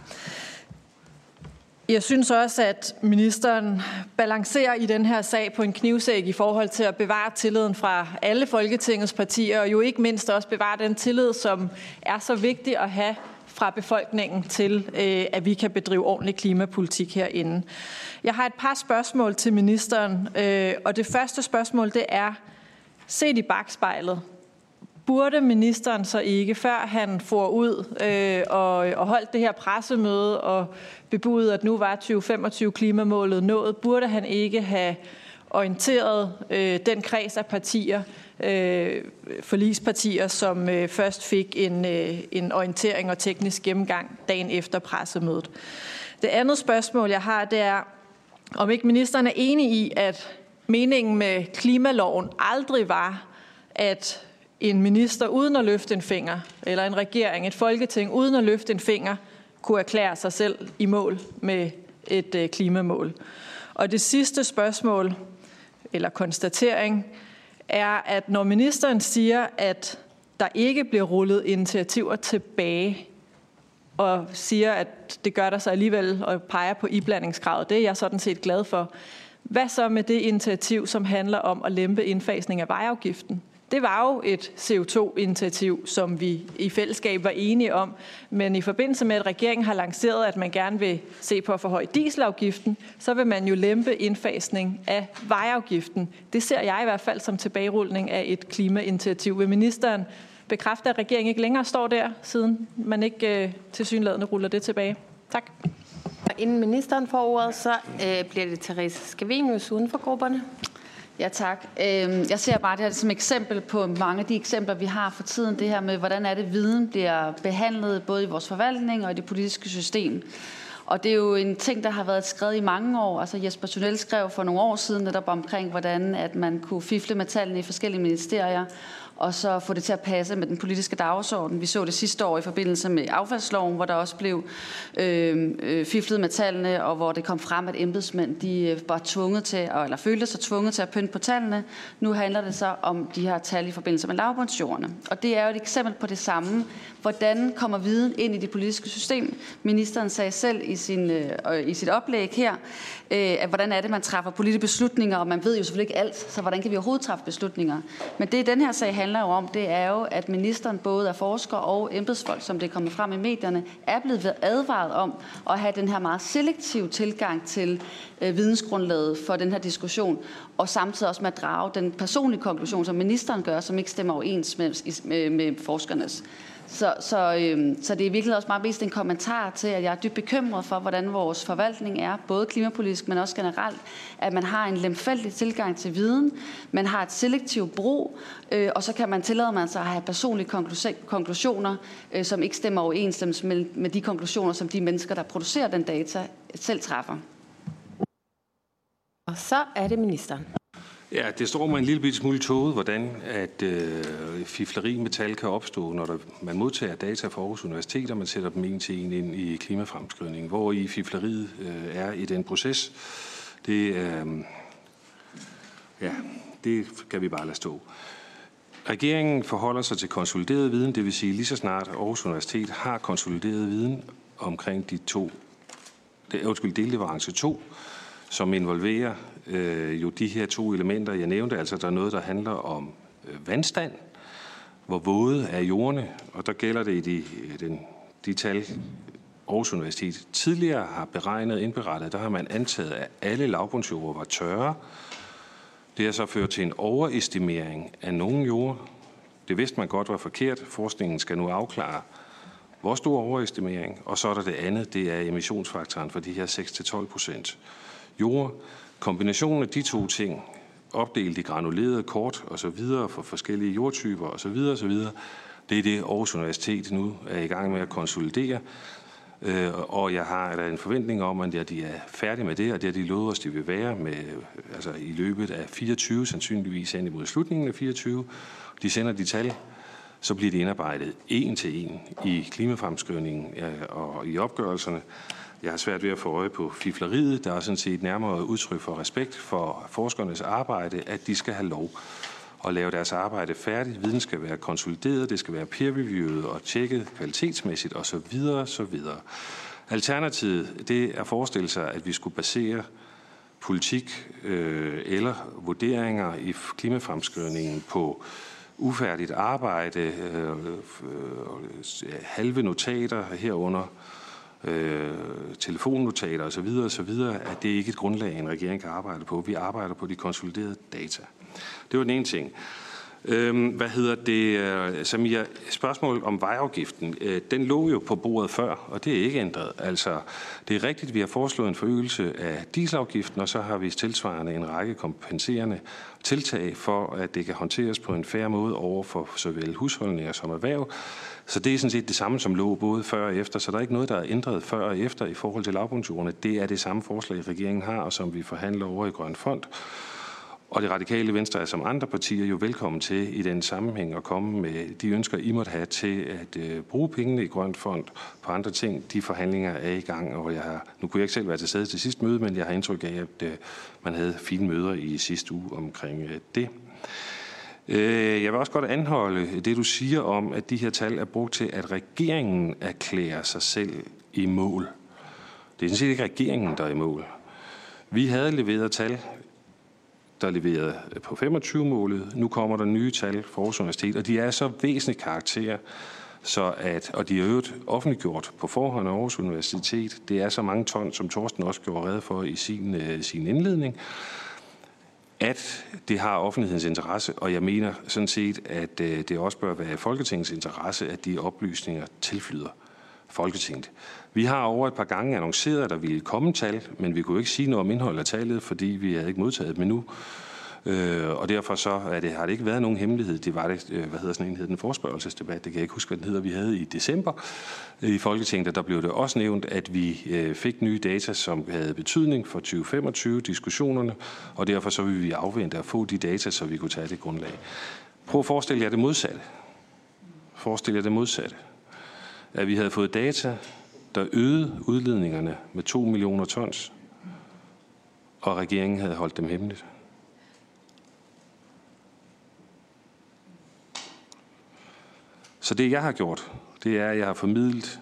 Jeg synes også, at ministeren balancerer i den her sag på en knivsæg i forhold til at bevare tilliden fra alle Folketingets partier, og jo ikke mindst også bevare den tillid, som er så vigtig at have fra befolkningen til, at vi kan bedrive ordentlig klimapolitik herinde. Jeg har et par spørgsmål til ministeren, og det første spørgsmål, det er, set i bakspejlet, burde ministeren så ikke, før han får ud øh, og, og holdt det her pressemøde og bebudede, at nu var tyve femogtyve klimamålet nået, burde han ikke have orienteret øh, den kreds af partier, øh, forligspartier, som øh, først fik en, øh, en orientering og teknisk gennemgang dagen efter pressemødet. Det andet spørgsmål, jeg har, det er, om ikke ministeren er enig i, at meningen med klimaloven aldrig var, at en minister uden at løfte en finger, eller en regering, et folketing uden at løfte en finger, kunne erklære sig selv i mål med et øh, klimamål. Og det sidste spørgsmål, eller konstatering, er, at når ministeren siger, at der ikke bliver rullet initiativer tilbage, og siger, at det gør der så alligevel, og peger på iblandingskravet, det er jeg sådan set glad for. Hvad så med det initiativ, som handler om at lempe indfasning af vejafgiften? Det var jo et C O to initiativ, som vi i fællesskab var enige om, men i forbindelse med, at regeringen har lanceret, at man gerne vil se på at forhøje dieselafgiften, så vil man jo lempe indfasning af vejafgiften. Det ser jeg i hvert fald som tilbagerulning af et klimainitiativ. Vil ministeren bekræfte, at regeringen ikke længere står der, siden man ikke øh, tilsyneladende ruller det tilbage? Tak. Inden ministeren får ordet, så øh, bliver det Therese Scavenius uden for grupperne. Ja, tak. Jeg ser bare det her som eksempel på mange af de eksempler, vi har for tiden. Det her med, hvordan er det, viden bliver behandlet både i vores forvaltning og i det politiske system. Og det er jo en ting, der har været skrevet i mange år. Altså Jesper Tynell skrev for nogle år siden netop omkring, hvordan at man kunne fifle med tallene i forskellige ministerier. og så få det til at passe med den politiske dagsorden. Vi så det sidste år i forbindelse med affaldsloven, hvor der også blev øh, øh, fiflet med tallene, og hvor det kom frem, at embedsmænd de var tvunget til, eller følte sig tvunget til at pynte på tallene. Nu handler det så om de her tal i forbindelse med lavbundsjordene. Og det er jo et eksempel på det samme. Hvordan kommer viden ind i det politiske system? Ministeren sagde selv i, sin, øh, i sit oplæg her, øh, at hvordan er det, man træffer politiske beslutninger, og man ved jo selvfølgelig ikke alt, så hvordan kan vi overhovedet træffe beslutninger? Men det, den her sag handler jo om, det er jo, at ministeren både er forsker og embedsfolk, som det er kommet frem i medierne, er blevet advaret om at have den her meget selektive tilgang til øh, vidensgrundlaget for den her diskussion, og samtidig også med at drage den personlige konklusion, som ministeren gør, som ikke stemmer overens med, med, med forskernes. Så, så, øhm, så det er virkelig også meget mest en kommentar til, at jeg er dybt bekymret for, hvordan vores forvaltning er, både klimapolitisk, men også generelt, at man har en lemfældig tilgang til viden, man har et selektivt brug, øh, og så kan man tillade man sig at have personlige konklusioner, øh, som ikke stemmer overens med, med de konklusioner, som de mennesker, der producerer den data, selv træffer. Og så er det ministeren. Ja, det står mig en lille bitte smule tåget, hvordan at øh, fifleri med tal kan opstå, når der, man modtager data fra Aarhus Universitet, og man sætter dem en til en ind i klimafremskrivningen, hvor i fifleriet øh, er i den proces. Det, øh, ja, det kan vi bare lade stå. Regeringen forholder sig til konsolideret viden, det vil sige lige så snart Aarhus Universitet har konsolideret viden omkring de to, det er undskyld, delleverance to, som involverer øh, jo de her to elementer, jeg nævnte. Altså, der er noget, der handler om øh, vandstand, hvor våde er jordene, og der gælder det i de, den, de tal, Aarhus Universitet tidligere har beregnet indberettet. Der har man antaget, at alle lavbundsjorder var tørre. Det har så ført til en overestimering af nogle jorder. Det vidste man godt var forkert. Forskningen skal nu afklare, hvor stor overestimering. Og så er der det andet, det er emissionsfaktoren for de her seks til tolv procent. Jord. Kombinationen af de to ting, opdelt i granulerede kort og så videre for forskellige jordtyper og så videre og så videre, det er det Aarhus Universitet nu er i gang med at konsolidere. Og jeg har da en forventning om, at de er færdige med det, og det har de lovet os, de vil være med, altså i løbet af fireogtyve, sandsynligvis hen imod slutningen af fireogtyve. De sender de tal, så bliver de indarbejdet en til en i klimafremskrivningen og i opgørelserne. Jeg har svært ved at få øje på fifleriet. Der er sådan set nærmere udtryk for respekt for forskernes arbejde, at de skal have lov at lave deres arbejde færdigt. Viden skal være konsolideret, det skal være peer-reviewet og tjekket kvalitetsmæssigt osv. osv. Alternativet, det er at forestille sig, at vi skulle basere politik øh, eller vurderinger i klimafremskrivningen på ufærdigt arbejde, øh, øh, halve notater herunder, Øh, telefonnotater osv. osv., at det ikke er et grundlag, en regering kan arbejde på. Vi arbejder på de konsoliderede data. Det var den ene ting. Øhm, hvad hedder det, øh, Samia, spørgsmål om vejafgiften. Øh, den lå jo på bordet før, og det er ikke ændret. Altså, det er rigtigt, vi har foreslået en forøgelse af dieselafgiften, og så har vi tilsvarende en række kompenserende tiltag for, at det kan håndteres på en fair måde over for såvel husholdninger som erhverv. Så det er sådan set det samme, som lå både før og efter, så der er ikke noget, der er ændret før og efter i forhold til lavbundsjorderne. Det er det samme forslag, regeringen har, og som vi forhandler over i Grøn Fond. Og det radikale Venstre er som andre partier jo velkommen til i den sammenhæng at komme med de ønsker, I måtte have til at øh, bruge pengene i Grøn Fond på andre ting. De forhandlinger er i gang, og jeg har, nu kunne jeg ikke selv være til stede til sidste møde, men jeg har indtryk af, at øh, man havde fine møder i sidste uge omkring øh, det. Jeg vil også godt anholde det, du siger om, at de her tal er brugt til, at regeringen erklærer sig selv i mål. Det er sådan set ikke regeringen, der er i mål. Vi havde leveret tal, der leverede på femogtyve-målet. Nu kommer der nye tal fra Aarhus Universitet, og de er så væsentlige karakterer, så at, og de er øvrigt offentliggjort på forhånd af Aarhus Universitet. Det er så mange ton, som Torsten også gjorde rede for i sin, sin indledning, at det har offentlighedens interesse, og jeg mener sådan set, at det også bør være Folketingets interesse, at de oplysninger tilflyder Folketinget. Vi har over et par gange annonceret, at der ville komme tal, men vi kunne ikke sige noget om indholdet af tallet, fordi vi havde ikke modtaget dem endnu. Øh, og derfor så er det, har det ikke været nogen hemmelighed. Det var det, hvad hedder sådan en, hed den forespørgelsesdebat, det kan jeg ikke huske, hvad den hedder, vi havde i december i Folketinget, der blev det også nævnt, at vi øh, fik nye data, som havde betydning for tyve femogtyve diskussionerne, og derfor så vil vi afvente at få de data, så vi kunne tage det grundlag. Prøv at forestille jer det modsatte. Forestil jer det modsatte. At vi havde fået data, der øgede udledningerne med to millioner tons, og regeringen havde holdt dem hemmeligt. Så det, jeg har gjort, det er, at jeg har formidlet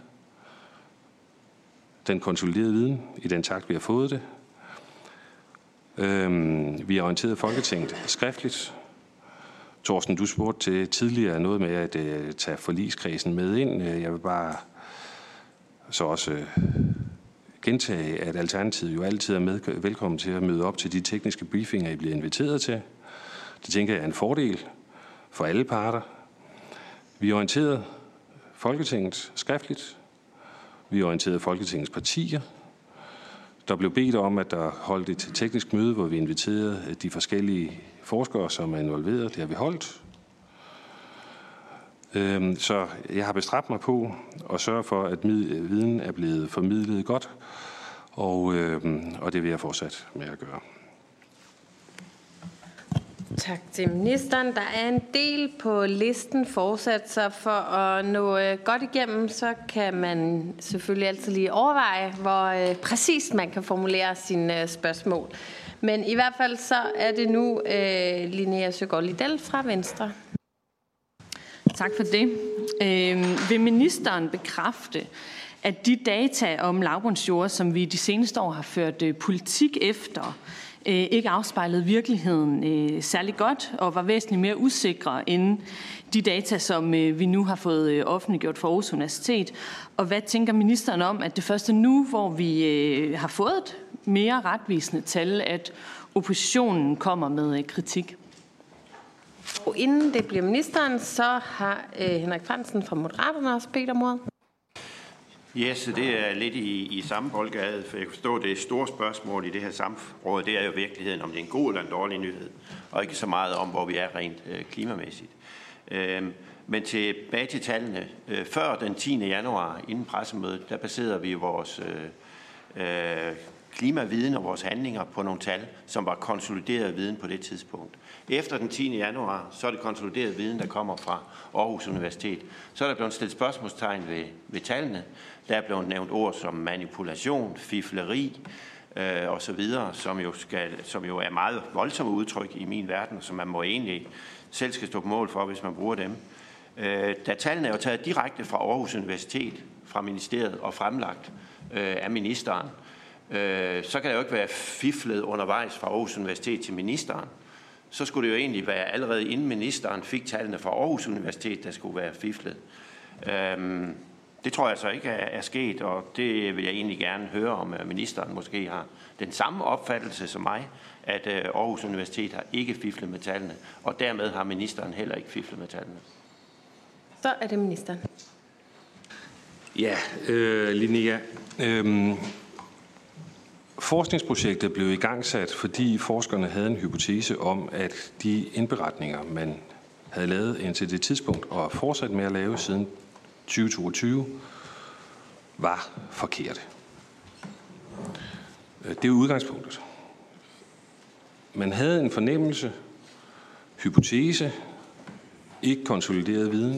den konsoliderede viden i den takt, vi har fået det. Øhm, vi har orienteret Folketinget skriftligt. Thorsten, du spurgte til tidligere noget med at uh, tage forligskredsen med ind. Jeg vil bare så også uh, gentage, at Alternativet jo altid er med, velkommen til at møde op til de tekniske briefinger, I bliver inviteret til. Det tænker jeg er en fordel for alle parter. Vi har orienteret Folketinget skriftligt. Vi har orienteret Folketingets partier. Der blev bedt om, at der holdt et teknisk møde, hvor vi inviterede de forskellige forskere, som er involveret. Det har vi holdt. Så jeg har bestræbt mig på at sørge for, at viden er blevet formidlet godt, og, og det vil jeg fortsat med at gøre. Tak til ministeren. Der er en del på listen fortsat, så for at nå godt igennem, så kan man selvfølgelig altid lige overveje, hvor præcist man kan formulere sine spørgsmål. Men i hvert fald så er det nu øh, Linnea Søgaard-Lidell fra Venstre. Tak for det. Øh, vil ministeren bekræfte, at de data om lavbundsjord, som vi de seneste år har ført øh, politik efter, øh, ikke afspejlede virkeligheden øh, særlig godt og var væsentligt mere usikre end de data, som øh, vi nu har fået øh, offentliggjort fra Aarhus Universitet? Og hvad tænker ministeren om, at det første nu, hvor vi øh, har fået et mere retvisende tal, at oppositionen kommer med øh, kritik? Og inden det bliver ministeren, så har øh, Henrik Frandsen fra Moderaterne også bedt om ordet. Ja, så det er lidt i, i samme boldgade, for jeg kan forstå, at det store spørgsmål i det her samråd, det er jo virkeligheden, om det er en god eller en dårlig nyhed, og ikke så meget om, hvor vi er rent øh, klimamæssigt. Øhm, men tilbage til tallene. Øh, før den tiende januar, inden pressemødet, der baserede vi vores øh, øh, klimaviden og vores handlinger på nogle tal, som var konsolideret viden på det tidspunkt. Efter den tiende januar, så er det konsolideret viden, der kommer fra Aarhus Universitet. Så er der blevet stillet spørgsmålstegn ved, ved tallene. Der er blevet nævnt ord som manipulation, fifleri øh, og så videre, som jo, skal, som jo er meget voldsomme udtryk i min verden, som man må egentlig selv skal stå på mål for, hvis man bruger dem. Øh, da tallene er jo taget direkte fra Aarhus Universitet, fra ministeriet og fremlagt øh, af ministeren, øh, så kan det jo ikke være fiflet undervejs fra Aarhus Universitet til ministeren. Så skulle det jo egentlig være allerede inden ministeren fik tallene fra Aarhus Universitet, der skulle være fiflet. Øhm, det tror jeg så ikke er, er sket, og det vil jeg egentlig gerne høre, om ministeren måske har den samme opfattelse som mig, at øh, Aarhus Universitet har ikke fiflet med tallene, og dermed har ministeren heller ikke fiflet med tallene. Så er det ministeren. Ja, øh, Linnea. Øh, Forskningsprojektet blev igangsat, fordi forskerne havde en hypotese om, at de indberetninger, man havde lavet indtil det tidspunkt og fortsat med at lave siden tyve toogtyve, var forkerte. Det er udgangspunktet. Man havde en fornemmelse, hypotese, ikke konsolideret viden,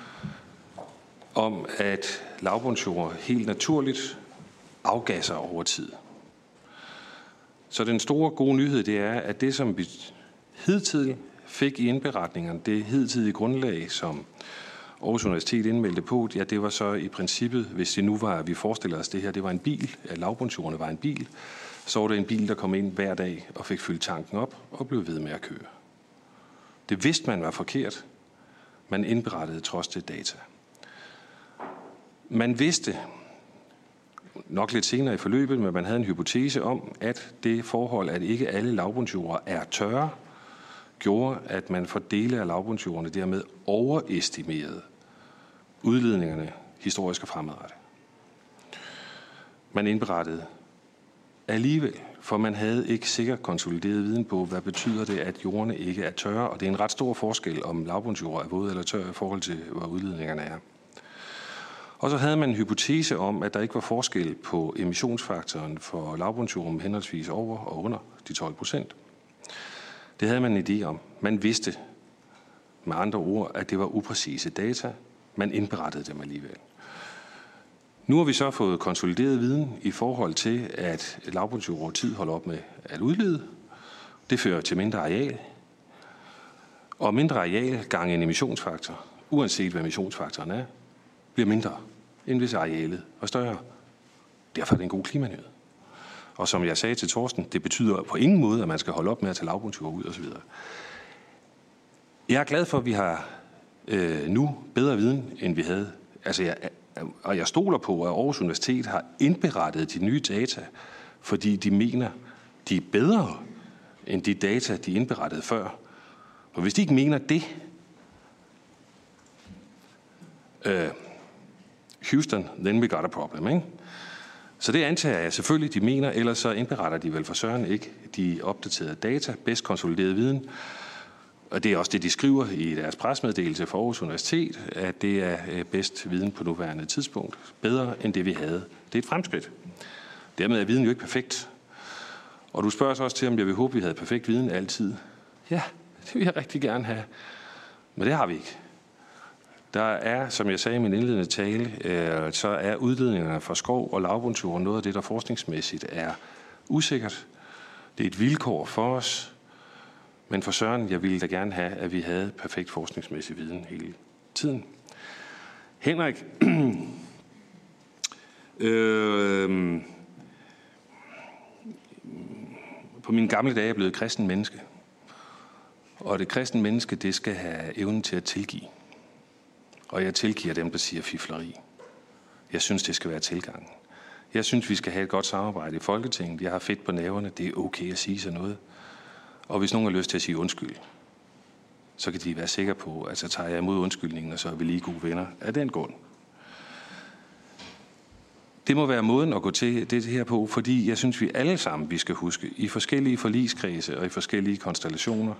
om at lavbundsjord helt naturligt afgasser over tid. Så den store gode nyhed, det er, at det, som vi hidtil fik i indberetningerne, det hidtidige grundlag, som Aarhus Universitet indmeldte på, ja, det var så i princippet, hvis det nu var, vi forestiller os det her, det var en bil, at lavbundsjordene var en bil, så var det en bil, der kom ind hver dag og fik fyldt tanken op og blev ved med at køre. Det vidste man var forkert. Man indberettede trods det data. Man vidste, nok lidt senere i forløbet, men man havde en hypotese om, at det forhold, at ikke alle lavbundsjorder er tørre, gjorde, at man for dele af lavbundsjorderne dermed overestimerede udledningerne historisk og fremadrettet. Man indberettede alligevel, for man havde ikke sikkert konsolideret viden på, hvad betyder det, at jordene ikke er tørre, og det er en ret stor forskel, om lavbundsjord er våde eller tørre i forhold til, hvad udledningerne er. Og så havde man en hypotese om, at der ikke var forskel på emissionsfaktoren for lavbundsjord med henholdsvis over og under de tolv procent. Det havde man en idé om. Man vidste med andre ord, at det var upræcise data. Man indberettede dem alligevel. Nu har vi så fået konsolideret viden i forhold til, at lavbundsjord over tid holder op med at udlede. Det fører til mindre areal. Og mindre areal gange en emissionsfaktor, uanset hvad emissionsfaktoren er, bliver mindre, end hvis arealet var større. Derfor er det en god klimanyhed. Og som jeg sagde til Torsten, det betyder på ingen måde, at man skal holde op med at tage lavbundsjord ud osv. Jeg er glad for, at vi har øh, nu bedre viden, end vi havde. Altså, jeg, og jeg stoler på, at Aarhus Universitet har indberettet de nye data, fordi de mener, de er bedre end de data, de indberettede før. Og hvis de ikke mener det, øh, Houston, then we got a problem, ikke? Så det antager jeg selvfølgelig, de mener, ellers så indberetter de vel for søren ikke de opdaterede data, bedst konsolideret viden. Og det er også det, de skriver i deres pressemeddelelse for Aarhus Universitet, at det er bedst viden på nuværende tidspunkt. Bedre end det, vi havde. Det er et fremskridt. Dermed er viden jo ikke perfekt. Og du spørger så også til, om jeg vil håbe, vi havde perfekt viden altid. Ja, det vil jeg rigtig gerne have. Men det har vi ikke. Der er, som jeg sagde i min indledende tale, øh, så er udledningerne fra skov og lavbundsjord noget af det, der forskningsmæssigt er usikkert. Det er et vilkår for os. Men for Søren, jeg ville da gerne have, at vi havde perfekt forskningsmæssig viden hele tiden. Henrik, øh, på mine gamle dage er jeg blevet kristen menneske. Og det kristne menneske, det skal have evnen til at tilgive. Og jeg tilgiver dem, der siger fifleri. Jeg synes, det skal være tilgangen. Jeg synes, vi skal have et godt samarbejde i Folketinget. Jeg har fedt på næverne. Det er okay at sige sådan noget. Og hvis nogen har lyst til at sige undskyld, så kan de være sikre på, at så tager jeg imod undskyldningen, og så er vi lige gode venner af den grund. Det må være måden at gå til det her på, fordi jeg synes, vi alle sammen vi skal huske, i forskellige forligskredse og i forskellige konstellationer,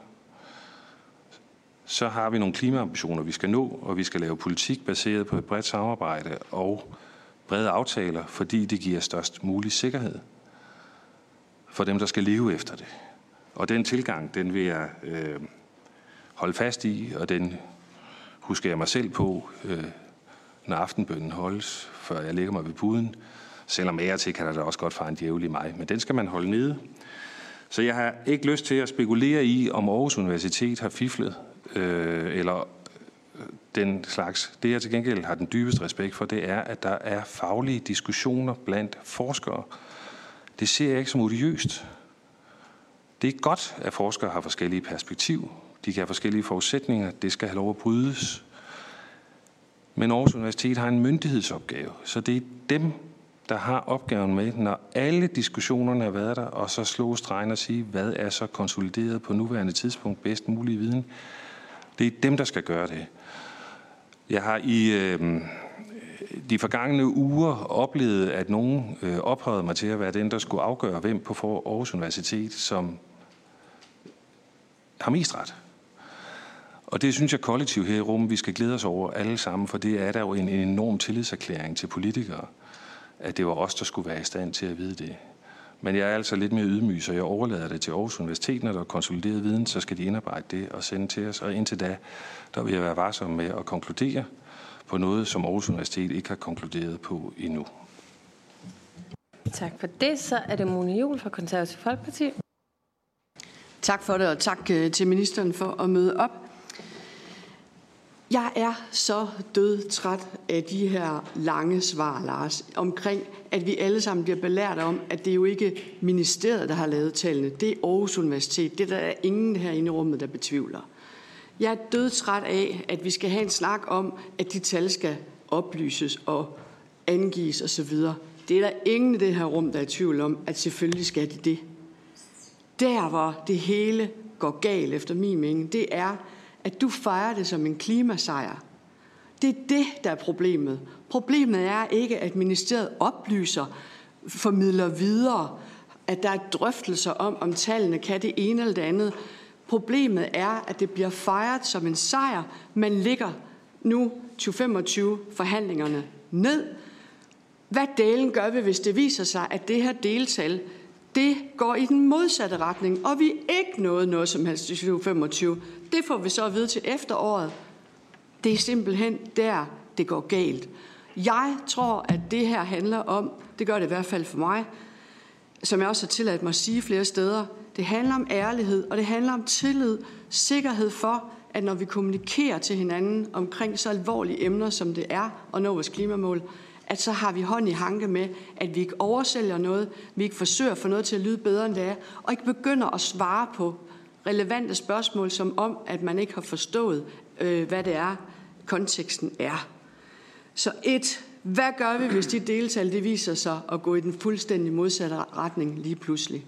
så har vi nogle klimaambitioner, vi skal nå, og vi skal lave politik baseret på et bredt samarbejde og brede aftaler, fordi det giver størst mulig sikkerhed for dem, der skal leve efter det. Og den tilgang, den vil jeg øh, holde fast i, og den husker jeg mig selv på, øh, når aftenbønnen holdes, før jeg lægger mig ved puden. Selvom ære til kan der da også godt fare en djævel i mig, men den skal man holde nede. Så jeg har ikke lyst til at spekulere i, om Aarhus Universitet har fiflet, øh, eller den slags. Det jeg til gengæld har den dybeste respekt for, det er, at der er faglige diskussioner blandt forskere. Det ser jeg ikke som odiøst. Det er godt, at forskere har forskellige perspektiver. De kan have forskellige forudsætninger. Det skal have lov at brydes. Men Aarhus Universitet har en myndighedsopgave, så det er dem, der har opgaven med, når alle diskussionerne har været der, og så slå stregen og sige, hvad er så konsolideret på nuværende tidspunkt bedst mulig viden. Det er dem, der skal gøre det. Jeg har i øh, de forgangne uger oplevet, at nogen øh, ophøjede mig til at være den, der skulle afgøre, hvem på Aarhus Universitet, som har mest ret. Og det synes jeg kollektivt her i rummet, vi skal glæde os over alle sammen, for det er der jo en, en enorm tillidserklæring til politikere, at det var os, der skulle være i stand til at vide det. Men jeg er altså lidt mere ydmyg, så jeg overlader det til Aarhus Universitet, når der er konsolideret viden, så skal de indarbejde det og sende til os. Og indtil da, der vil jeg være varsom med at konkludere på noget, som Aarhus Universitet ikke har konkluderet på endnu. Tak for det. Så er det Mona Juul fra Konservative Folkeparti. Tak for det, og tak til ministeren for at møde op. Jeg er så dødtræt af de her lange svar, Lars, omkring, at vi alle sammen bliver belært om, at det er jo ikke ministeriet, der har lavet tallene. Det er Aarhus Universitet. Det der er ingen herinde i rummet, der betvivler. Jeg er dødtræt af, at vi skal have en snak om, at de tal skal oplyses og angives osv. Det er der ingen i det her rum, der er i tvivl om, at selvfølgelig skal de det. Der, hvor det hele går galt efter min mening, det er, at du fejrer det som en klimasejr. Det er det, der er problemet. Problemet er ikke, at ministeriet oplyser, formidler videre, at der er drøftelser om, om tallene kan det ene eller det andet. Problemet er, at det bliver fejret som en sejr. Man ligger nu tyve femogtyve forhandlingerne ned. Hvad delen gør vi, hvis det viser sig, at det her deltal, det går i den modsatte retning, og vi ikke nået noget som helst i tyve femogtyve. Det får vi så at vide til efteråret. Det er simpelthen der, det går galt. Jeg tror, at det her handler om, det gør det i hvert fald for mig, som jeg også har tilladt mig at sige flere steder, det handler om ærlighed, og det handler om tillid, sikkerhed for, at når vi kommunikerer til hinanden omkring så alvorlige emner, som det er at nå vores klimamål, at så har vi hånd i hanke med, at vi ikke oversælger noget, vi ikke forsøger at få noget til at lyde bedre, end det er, og ikke begynder at svare på relevante spørgsmål, som om, at man ikke har forstået, øh, hvad det er, konteksten er. Så et, hvad gør vi, hvis de deltal, det viser sig at gå i den fuldstændig modsatte retning lige pludselig?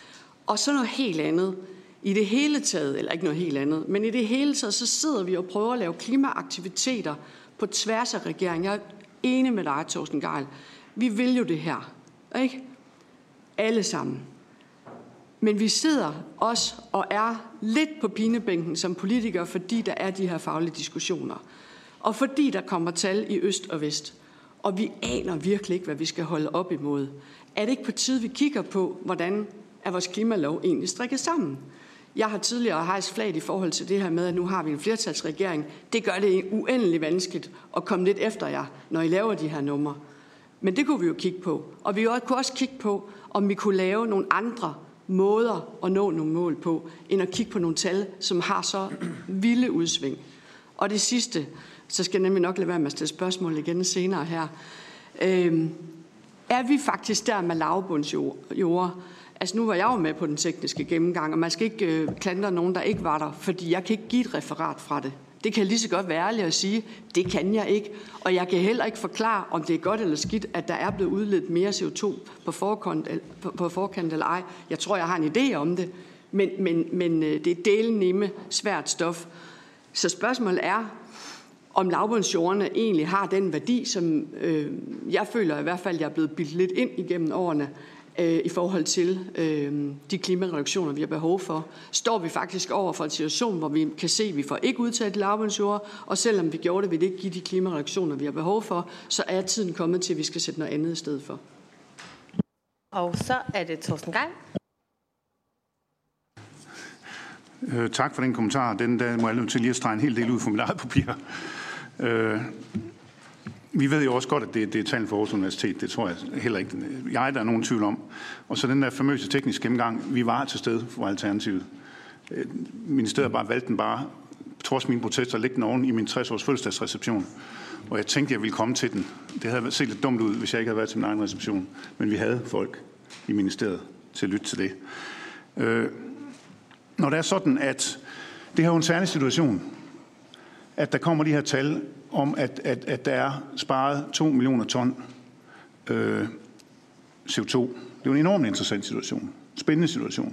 Og så noget helt andet. I det hele taget, eller ikke noget helt andet, men i det hele taget, så sidder vi og prøver at lave klimaaktiviteter på tværs af regeringen. Jeg er enig med dig, Torsten Gejl. Vi vil jo det her, ikke? Alle sammen. Men vi sidder også og er lidt på pinebænken som politikere, fordi der er de her faglige diskussioner. Og fordi der kommer tal i øst og vest. Og vi aner virkelig ikke, hvad vi skal holde op imod. Er det ikke på tide, vi kigger på, hvordan er vores klimalov egentlig strikket sammen? Jeg har tidligere hejst flaget i forhold til det her med, at nu har vi en flertalsregering. Det gør det uendelig vanskeligt at komme lidt efter jer, når I laver de her numre. Men det kunne vi jo kigge på. Og vi kunne også kigge på, om vi kunne lave nogle andre måder at nå nogle mål på, end at kigge på nogle tal, som har så vilde udsving. Og det sidste, så skal jeg nemlig nok lade være med at stille spørgsmål igen senere her. Øhm, er vi faktisk der med lavbundsjord? Altså nu var jeg jo med på den tekniske gennemgang, og man skal ikke øh, klandre nogen, der ikke var der, fordi jeg kan ikke give et referat fra det. Det kan jeg lige så godt være ærlig at sige, det kan jeg ikke. Og jeg kan heller ikke forklare, om det er godt eller skidt, at der er blevet udledt mere C O to på forkant, på, på forkant eller ej. Jeg tror, jeg har en idé om det, men, men, men det er delnemme svært stof. Så spørgsmålet er, om lavbundsjordene egentlig har den værdi, som øh, jeg føler i hvert fald, jeg er blevet bildt lidt ind igennem årene, i forhold til øh, de klimareduktioner, vi har behov for. Står vi faktisk over for en situation, hvor vi kan se, at vi får ikke udtaget lavbundsjord, og selvom vi gjorde det, vil det ikke give de klimareduktioner, vi har behov for, så er tiden kommet til, at vi skal sætte noget andet i stedet for. Og så er det Torsten Gejl. Øh, tak for den kommentar. Den der må jeg nødt til lige at strege en hel del ud for mit eget papir. Øh, Vi ved jo også godt, at det, det er tallene for Aarhus Universitet. Det tror jeg heller ikke, jeg der er nogen tvivl om. Og så den der famøse tekniske gennemgang, vi var til stede for Alternativet. Ministeriet bare valgte den bare, trods mine protester, at lægge den oven i min tres års fødselsdagsreception. Og jeg tænkte, jeg ville komme til den. Det havde set lidt dumt ud, hvis jeg ikke havde været til min egen reception. Men vi havde folk i ministeriet til at lytte til det. Øh, når det er sådan, at det her er en særlig situation, at der kommer de her tal om, at, at, at der er sparet to millioner ton øh, C O to. Det er jo en enormt interessant situation. Spændende situation.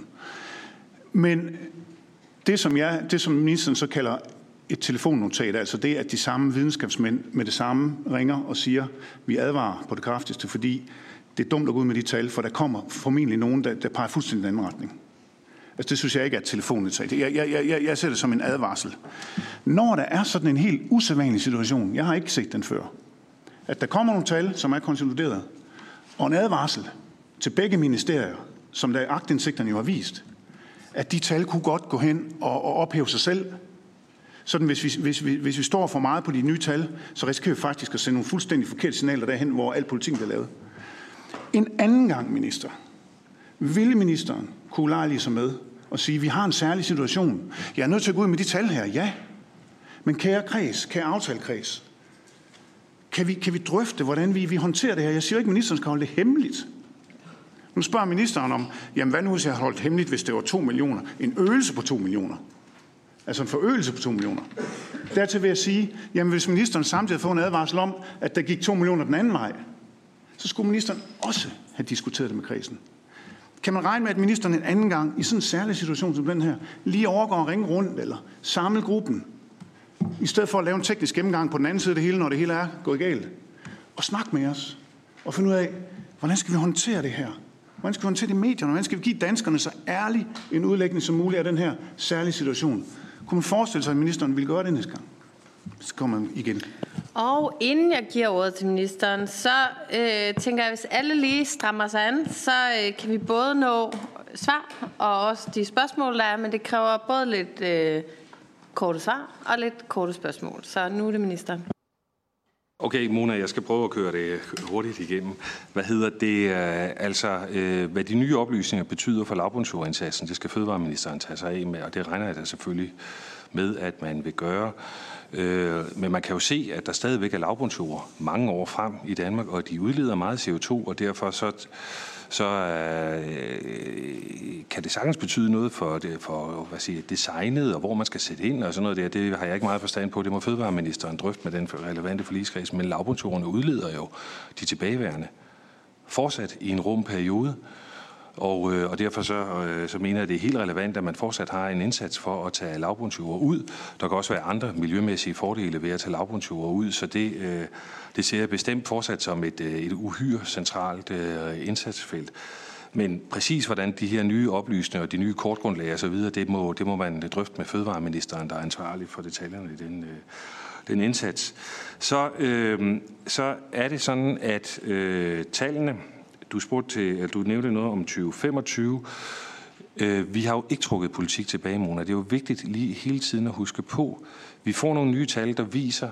Men det, som, jeg, det, som ministeren så kalder et telefonnotat, altså det, at de samme videnskabsmænd med det samme ringer og siger, vi advarer på det kraftigste, fordi det er dumt at gå ud med de tal, for der kommer formentlig nogen, der, der peger fuldstændig i en anden retning. Altså, det synes jeg ikke er et telefonnotat. Jeg, jeg, jeg, jeg ser det som en advarsel. Når der er sådan en helt usædvanlig situation, jeg har ikke set den før, at der kommer nogle tal, som er konsolideret, og en advarsel til begge ministerier, som der aktindsigterne jo har vist, at de tal kunne godt gå hen og, og ophæve sig selv. Sådan, hvis vi, hvis, vi, hvis vi står for meget på de nye tal, så risikerer vi faktisk at sende nogle fuldstændig forkerte signaler derhen, hvor al politikken bliver lavet. En anden gang, minister, ville ministeren kunne lejlige sig med og sige, at vi har en særlig situation. Jeg er nødt til at gå ud med de tal her, ja. Men kære kreds, kære aftalekreds, kan vi, kan vi drøfte, hvordan vi, vi håndterer det her? Jeg siger ikke, at ministeren skal holde det hemmeligt. Nu spørger ministeren om, jamen hvad nu hvis jeg har holdt hemmeligt, hvis det var to millioner? En øgelse på to millioner. Altså en forøgelse på to millioner. Dertil vil jeg sige, jamen hvis ministeren samtidig får en advarsel om, at der gik to millioner den anden vej, så skulle ministeren også have diskuteret det med kredsen. Kan man regne med, at ministeren en anden gang, i sådan en særlig situation som den her, lige overgår og ringe rundt, eller samle gruppen, i stedet for at lave en teknisk gennemgang på den anden side af det hele, når det hele er gået galt, og snakke med os, og finde ud af, hvordan skal vi håndtere det her? Hvordan skal vi håndtere det i medierne? Hvordan skal vi give danskerne så ærlig en udlægning som muligt af den her særlige situation? Kunne man forestille sig, at ministeren ville gøre det næste gang? Så kommer man igen. Og inden jeg giver ordet til ministeren, så øh, tænker jeg, at hvis alle lige strammer sig an, så øh, kan vi både nå svar og også de spørgsmål, der er, men det kræver både lidt øh, korte svar og lidt korte spørgsmål. Så nu er det ministeren. Okay, Mona, jeg skal prøve at køre det hurtigt igennem. Hvad hedder det? Altså, hvad de nye oplysninger betyder for lavbundsjordindsatsen, det skal fødevareministeren tage sig af med, og det regner jeg da selvfølgelig med, at man vil gøre. Men man kan jo se, at der stadigvæk er lavbundsjord mange år frem i Danmark, og de udleder meget C O to, og derfor så, så øh, kan det sagtens betyde noget for, det, for hvad siger, designet, og hvor man skal sætte ind og sådan noget der. Det har jeg ikke meget forstand på. Det må fødevareministeren drøfte med den relevante forligskreds, men lavbundsjordene udleder jo de tilbageværende fortsat i en rum periode. Og, øh, og derfor så, øh, så mener jeg, at det er helt relevant, at man fortsat har en indsats for at tage lavbundsjord ud. Der kan også være andre miljømæssige fordele ved at tage lavbundsjord ud, så det, øh, det ser jeg bestemt fortsat som et, et uhyre centralt øh, indsatsfelt. Men præcis hvordan de her nye oplysninger og de nye kortgrundlag og så videre, det må, det må man drøfte med fødevareministeren, der er ansvarlig for detaljerne i den, øh, den indsats. Så, øh, så er det sådan, at øh, tallene, Du spurgte til, at du nævnte noget om tyve femogtyve. Vi har jo ikke trukket politik tilbage, Mona. Det er jo vigtigt lige hele tiden at huske på. Vi får nogle nye tal, der viser,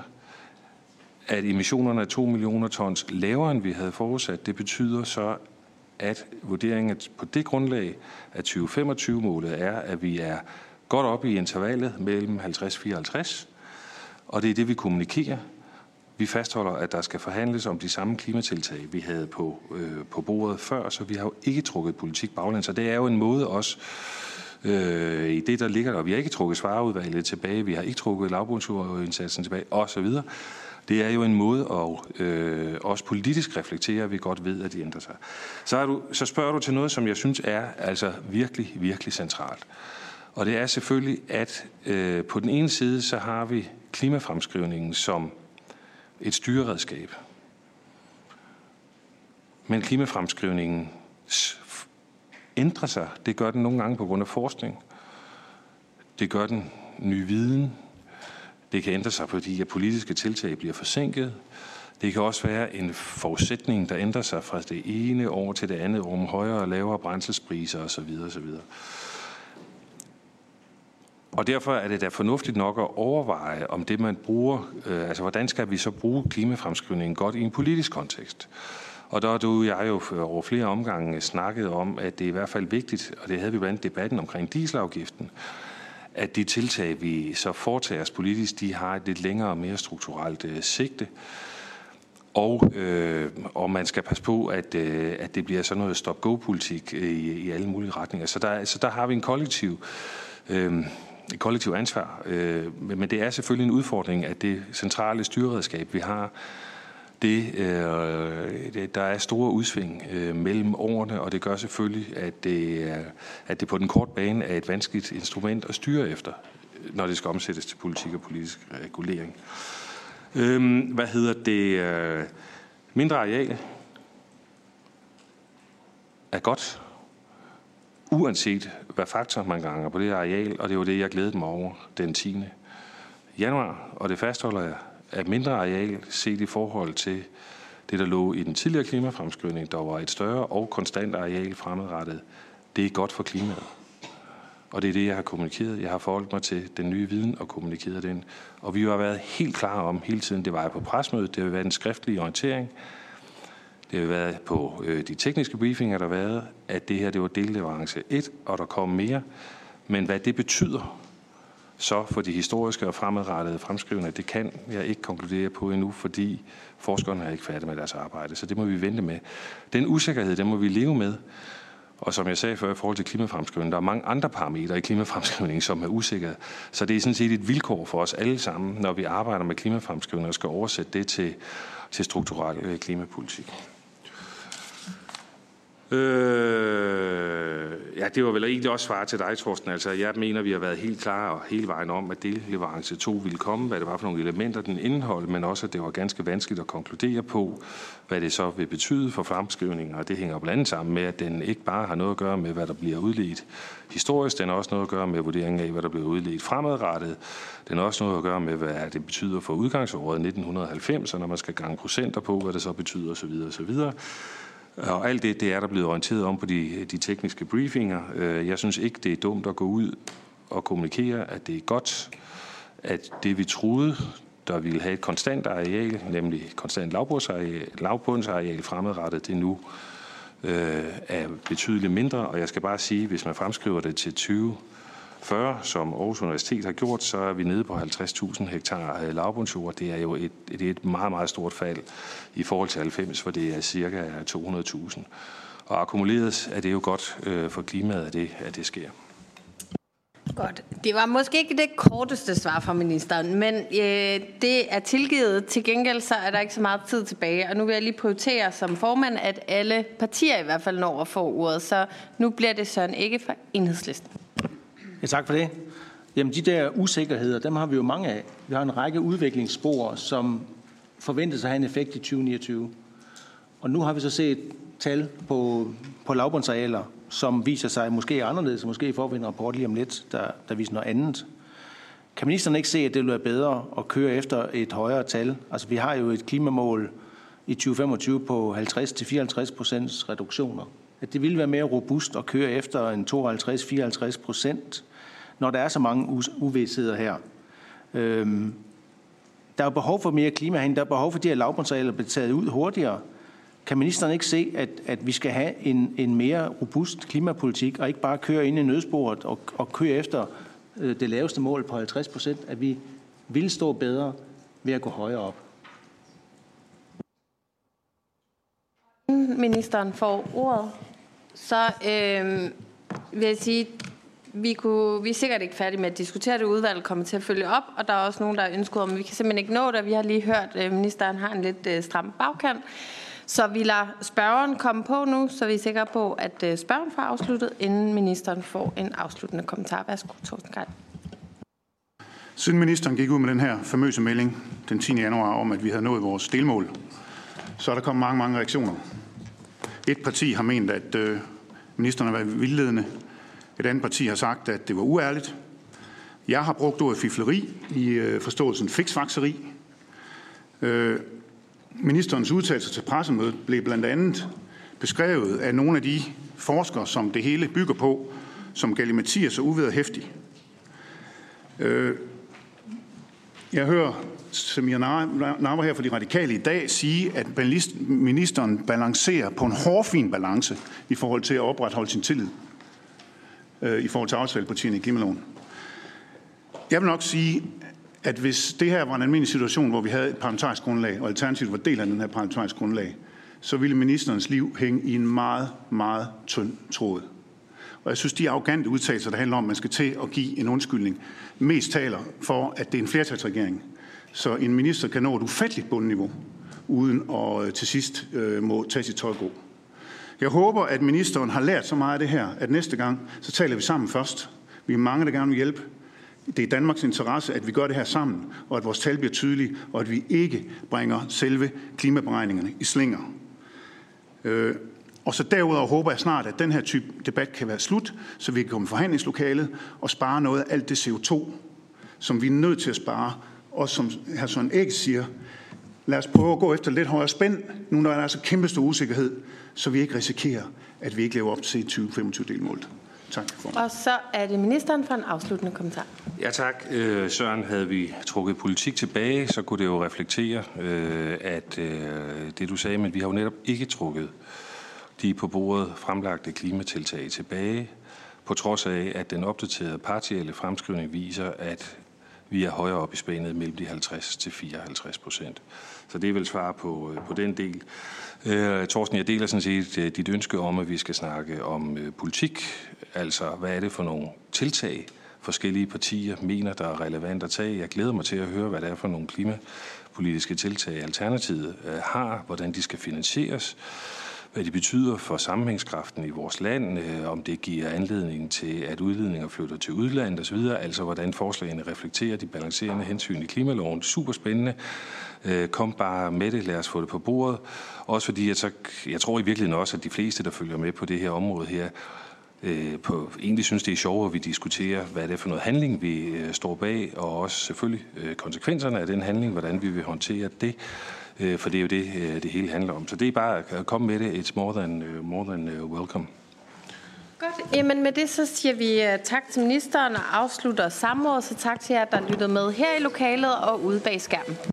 at emissionerne er to millioner tons lavere, end vi havde forudsat. Det betyder så, at vurderingen på det grundlag af tyve femogtyve-målet er, at vi er godt oppe i intervallet mellem halvtreds og fireoghalvtreds. Og det er det, vi kommunikerer. Vi fastholder, at der skal forhandles om de samme klimatiltag, vi havde på, øh, på bordet før, så vi har jo ikke trukket politik baglæns. Så det er jo en måde også øh, i det, der ligger der. Vi har ikke trukket svareudvalget tilbage, vi har ikke trukket lavbundsjordindsatsen tilbage osv. Det er jo en måde at øh, også politisk reflektere, at vi godt ved, at de ændrer sig. Så, er du, så spørger du til noget, som jeg synes er altså virkelig, virkelig centralt. Og det er selvfølgelig, at øh, på den ene side, så har vi klimafremskrivningen som et styreredskab. Men klimafremskrivningen ændrer sig. Det gør den nogle gange på grund af forskning. Det gør den ny viden. Det kan ændre sig, fordi at politiske tiltag bliver forsinket. Det kan også være en forudsætning, der ændrer sig fra det ene år til det andet år, om højere og lavere brændselspriser osv. osv. Og derfor er det da fornuftigt nok at overveje, om det man bruger, øh, altså hvordan skal vi så bruge klimafremskrivningen godt i en politisk kontekst. Og der er du og jeg jo over flere omgange snakket om, at det er i hvert fald vigtigt, og det havde vi blandt debatten omkring dieselafgiften, at de tiltag, vi så foretager os politisk, de har et lidt længere og mere strukturelt øh, sigte. Og, øh, og man skal passe på, at, øh, at det bliver sådan noget stop-go-politik i, i alle mulige retninger. Så der, så der har vi en kollektiv... Øh, et kollektivt ansvar, øh, men det er selvfølgelig en udfordring, at det centrale styreredskab, vi har, det, øh, det, der er store udsving øh, mellem årene, og det gør selvfølgelig, at det, er, at det på den korte bane er et vanskeligt instrument at styre efter, når det skal omsættes til politik og politisk regulering. Øh, hvad hedder det? Øh, mindre areal er godt, uanset hvad faktor man ganger på det areal, og det var det, jeg glædede mig over den tiende januar, og det fastholder jeg, at mindre areal set i forhold til det, der lå i den tidligere klimafremskrivning, der var et større og konstant areal fremadrettet, det er godt for klimaet. Og det er det, jeg har kommunikeret. Jeg har forholdt mig til den nye viden og kommunikeret den. Og vi har været helt klare om hele tiden, det var på presmødet, det har været en skriftlig orientering, det har været på øh, de tekniske briefinger, der har været, at det her det var delleverance et, og der kom mere. Men hvad det betyder så for de historiske og fremadrettede fremskrivninger, det kan jeg ikke konkludere på endnu, fordi forskerne er ikke færdige med deres arbejde. Så det må vi vente med. Den usikkerhed, den må vi leve med. Og som jeg sagde før i forhold til klimafremskrivningen, der er mange andre parametre i klimafremskrivningen, som er usikre. Så det er sådan set et vilkår for os alle sammen, når vi arbejder med klimafremskrivning og skal oversætte det til, til strukturel klimapolitik. Øh, ja, det var vel egentlig også svar til dig, Torsten. Altså, jeg mener, vi har været helt klare hele vejen om, at delleverance to ville komme, hvad det var for nogle elementer, den indeholdt, men også, at det var ganske vanskeligt at konkludere på, hvad det så vil betyde for fremskrivninger. Og det hænger blandt andet sammen med, at den ikke bare har noget at gøre med, hvad der bliver udledt historisk, den har også noget at gøre med vurderingen af, hvad der bliver udledt fremadrettet. Den har også noget at gøre med, hvad det betyder for udgangsåret nitten halvfems, og når man skal gange procenter på, hvad det så betyder osv. osv. Og alt det, det er der blevet orienteret om på de, de tekniske briefinger. Jeg synes ikke, det er dumt at gå ud og kommunikere, at det er godt, at det vi troede, der ville have et konstant areal, nemlig konstant lavbundsareal, lavbundsareal fremadrettet, det nu øh, er betydeligt mindre. Og jeg skal bare sige, hvis man fremskriver det til tyve fyrre, som Aarhus Universitet har gjort, så er vi nede på halvtreds tusind hektar lavbundsjord. Det er jo et, det er et meget, meget stort fald i forhold til halvfems, hvor det er cirka to hundrede tusind. Og akkumuleret er det jo godt øh, for klimaet, at det, at det sker. Godt. Det var måske ikke det korteste svar fra ministeren, men øh, det er tilgivet. Til gengæld så er der ikke så meget tid tilbage, og nu vil jeg lige prioritere som formand, at alle partier i hvert fald når at få ordet. Så nu bliver det Søren Egge fra Enhedslisten. Ja, tak for det. Jamen, de der usikkerheder, dem har vi jo mange af. Vi har en række udviklingsspor, som forventes at have en effekt i tyve niogtyve. Og nu har vi så set tal på, på lavbundsarealer, som viser sig måske anderledes, måske får vi en rapport lige om lidt, der, der viser noget andet. Kan ministeren ikke se, at det vil være bedre at køre efter et højere tal? Altså, vi har jo et klimamål i tyve femogtyve på halvtreds til fireoghalvtreds procents reduktioner. At det ville være mere robust at køre efter en tooghalvtreds til fireoghalvtreds procent, når der er så mange uvisheder her. Øhm, der er behov for mere klima herinde, der er behov for, at de her lavbundsarealer bliver taget ud hurtigere. Kan ministeren ikke se, at, at vi skal have en, en mere robust klimapolitik, og ikke bare køre ind i nødsporet og, og køre efter øh, det laveste mål på halvtreds procent, at vi vil stå bedre ved at gå højere op? Ministeren får ordet, så øh, vil jeg sige, vi, kunne, vi er sikkert ikke færdige med at diskutere det. Udvalget kommer til at følge op, og der er også nogen, der er ønsket om, vi kan simpelthen ikke nå det. Vi har lige hørt, at ministeren har en lidt øh, stram bagkant. Så vi lader spørgeren komme på nu, så vi er sikre på, at øh, spørgeren får afsluttet, inden ministeren får en afsluttende kommentar. Værsgo, Torsten Gejl. Siden ministeren gik ud med den her famøse melding den tiende januar om, at vi havde nået vores delmål, så er der kommet mange, mange reaktioner. Et parti har ment, at øh, ministeren har været vildledende. Et andet parti har sagt, at det var uærligt. Jeg har brugt ordet fifleri i øh, forståelsen fiksfakseri. Øh, ministerens udtalelser til pressemødet blev blandt andet beskrevet af nogle af de forskere, som det hele bygger på, som Galimatias og uvederhæftig. Øh, jeg hører Samira Nawa her fra De Radikale i dag sige, at ministeren balancerer på en hårfin balance i forhold til at opretholde sin tillid i forhold til aftalepartierne i klimaloven. Jeg vil nok sige, at hvis det her var en almindelig situation, hvor vi havde et parlamentarisk grundlag, og Alternativet var del af den her parlamentarisk grundlag, så ville ministerens liv hænge i en meget, meget tynd tråd. Og jeg synes, de arrogante udtalelser, der handler om, at man skal til at give en undskyldning, mest taler for, at det er en flertalsregering. Så en minister kan nå et ufatteligt bundniveau, uden at til sidst øh, må tage sit tøj gå. Jeg håber, at ministeren har lært så meget af det her, at næste gang, så taler vi sammen først. Vi er mange, der gerne vil hjælpe. Det er Danmarks interesse, at vi gør det her sammen, og at vores tal bliver tydelige, og at vi ikke bringer selve klimaberegningerne i slinger. Øh, og så derudover håber jeg snart, at den her type debat kan være slut, så vi kan komme i forhandlingslokalet og spare noget af alt det C O to, som vi er nødt til at spare. Og som hr. Søren Egge siger, lad os prøve at gå efter lidt højere spænd, nu når der er så kæmpe stor usikkerhed, så vi ikke risikerer, at vi ikke lever op til tyve femogtyve-delmålet. Tak for mig. Og så er det ministeren for en afsluttende kommentar. Ja tak. Øh, Søren, havde vi trukket politik tilbage, så kunne det jo reflektere, øh, at øh, det du sagde, men vi har jo netop ikke trukket de på bordet fremlagte klimatiltag tilbage, på trods af, at den opdaterede partielle fremskrivning viser, at vi er højere op i spændet mellem de halvtreds til fireoghalvtreds procent. Så det er vel svar på, på den del. Øh, Torsten, jeg deler sådan set dit ønske om, at vi skal snakke om øh, politik. Altså, hvad er det for nogle tiltag, forskellige partier mener, der er relevant at tage? Jeg glæder mig til at høre, hvad det er for nogle klimapolitiske tiltag, Alternativet øh, har, hvordan de skal finansieres. hvad det betyder for sammenhængskraften i vores land, øh, om det giver anledning til, at udledninger flytter til udlandet osv., altså hvordan forslagene reflekterer de balancerende hensyn i klimaloven. Super spændende. Øh, kom bare med det, lad os få det på bordet. Også fordi, at så, jeg tror i virkeligheden også, at de fleste, der følger med på det her område her, øh, på, egentlig synes, det er sjovere, at vi diskuterer, hvad det er for noget handling, vi øh, står bag, og også selvfølgelig øh, konsekvenserne af den handling, hvordan vi vil håndtere det. For det er jo det, det hele handler om. Så det er bare at komme med det. It's more than, more than welcome. Godt. Jamen med det så siger vi tak til ministeren og afslutter samrådet. Så tak til jer, der lyttede med her i lokalet og ude bag skærmen.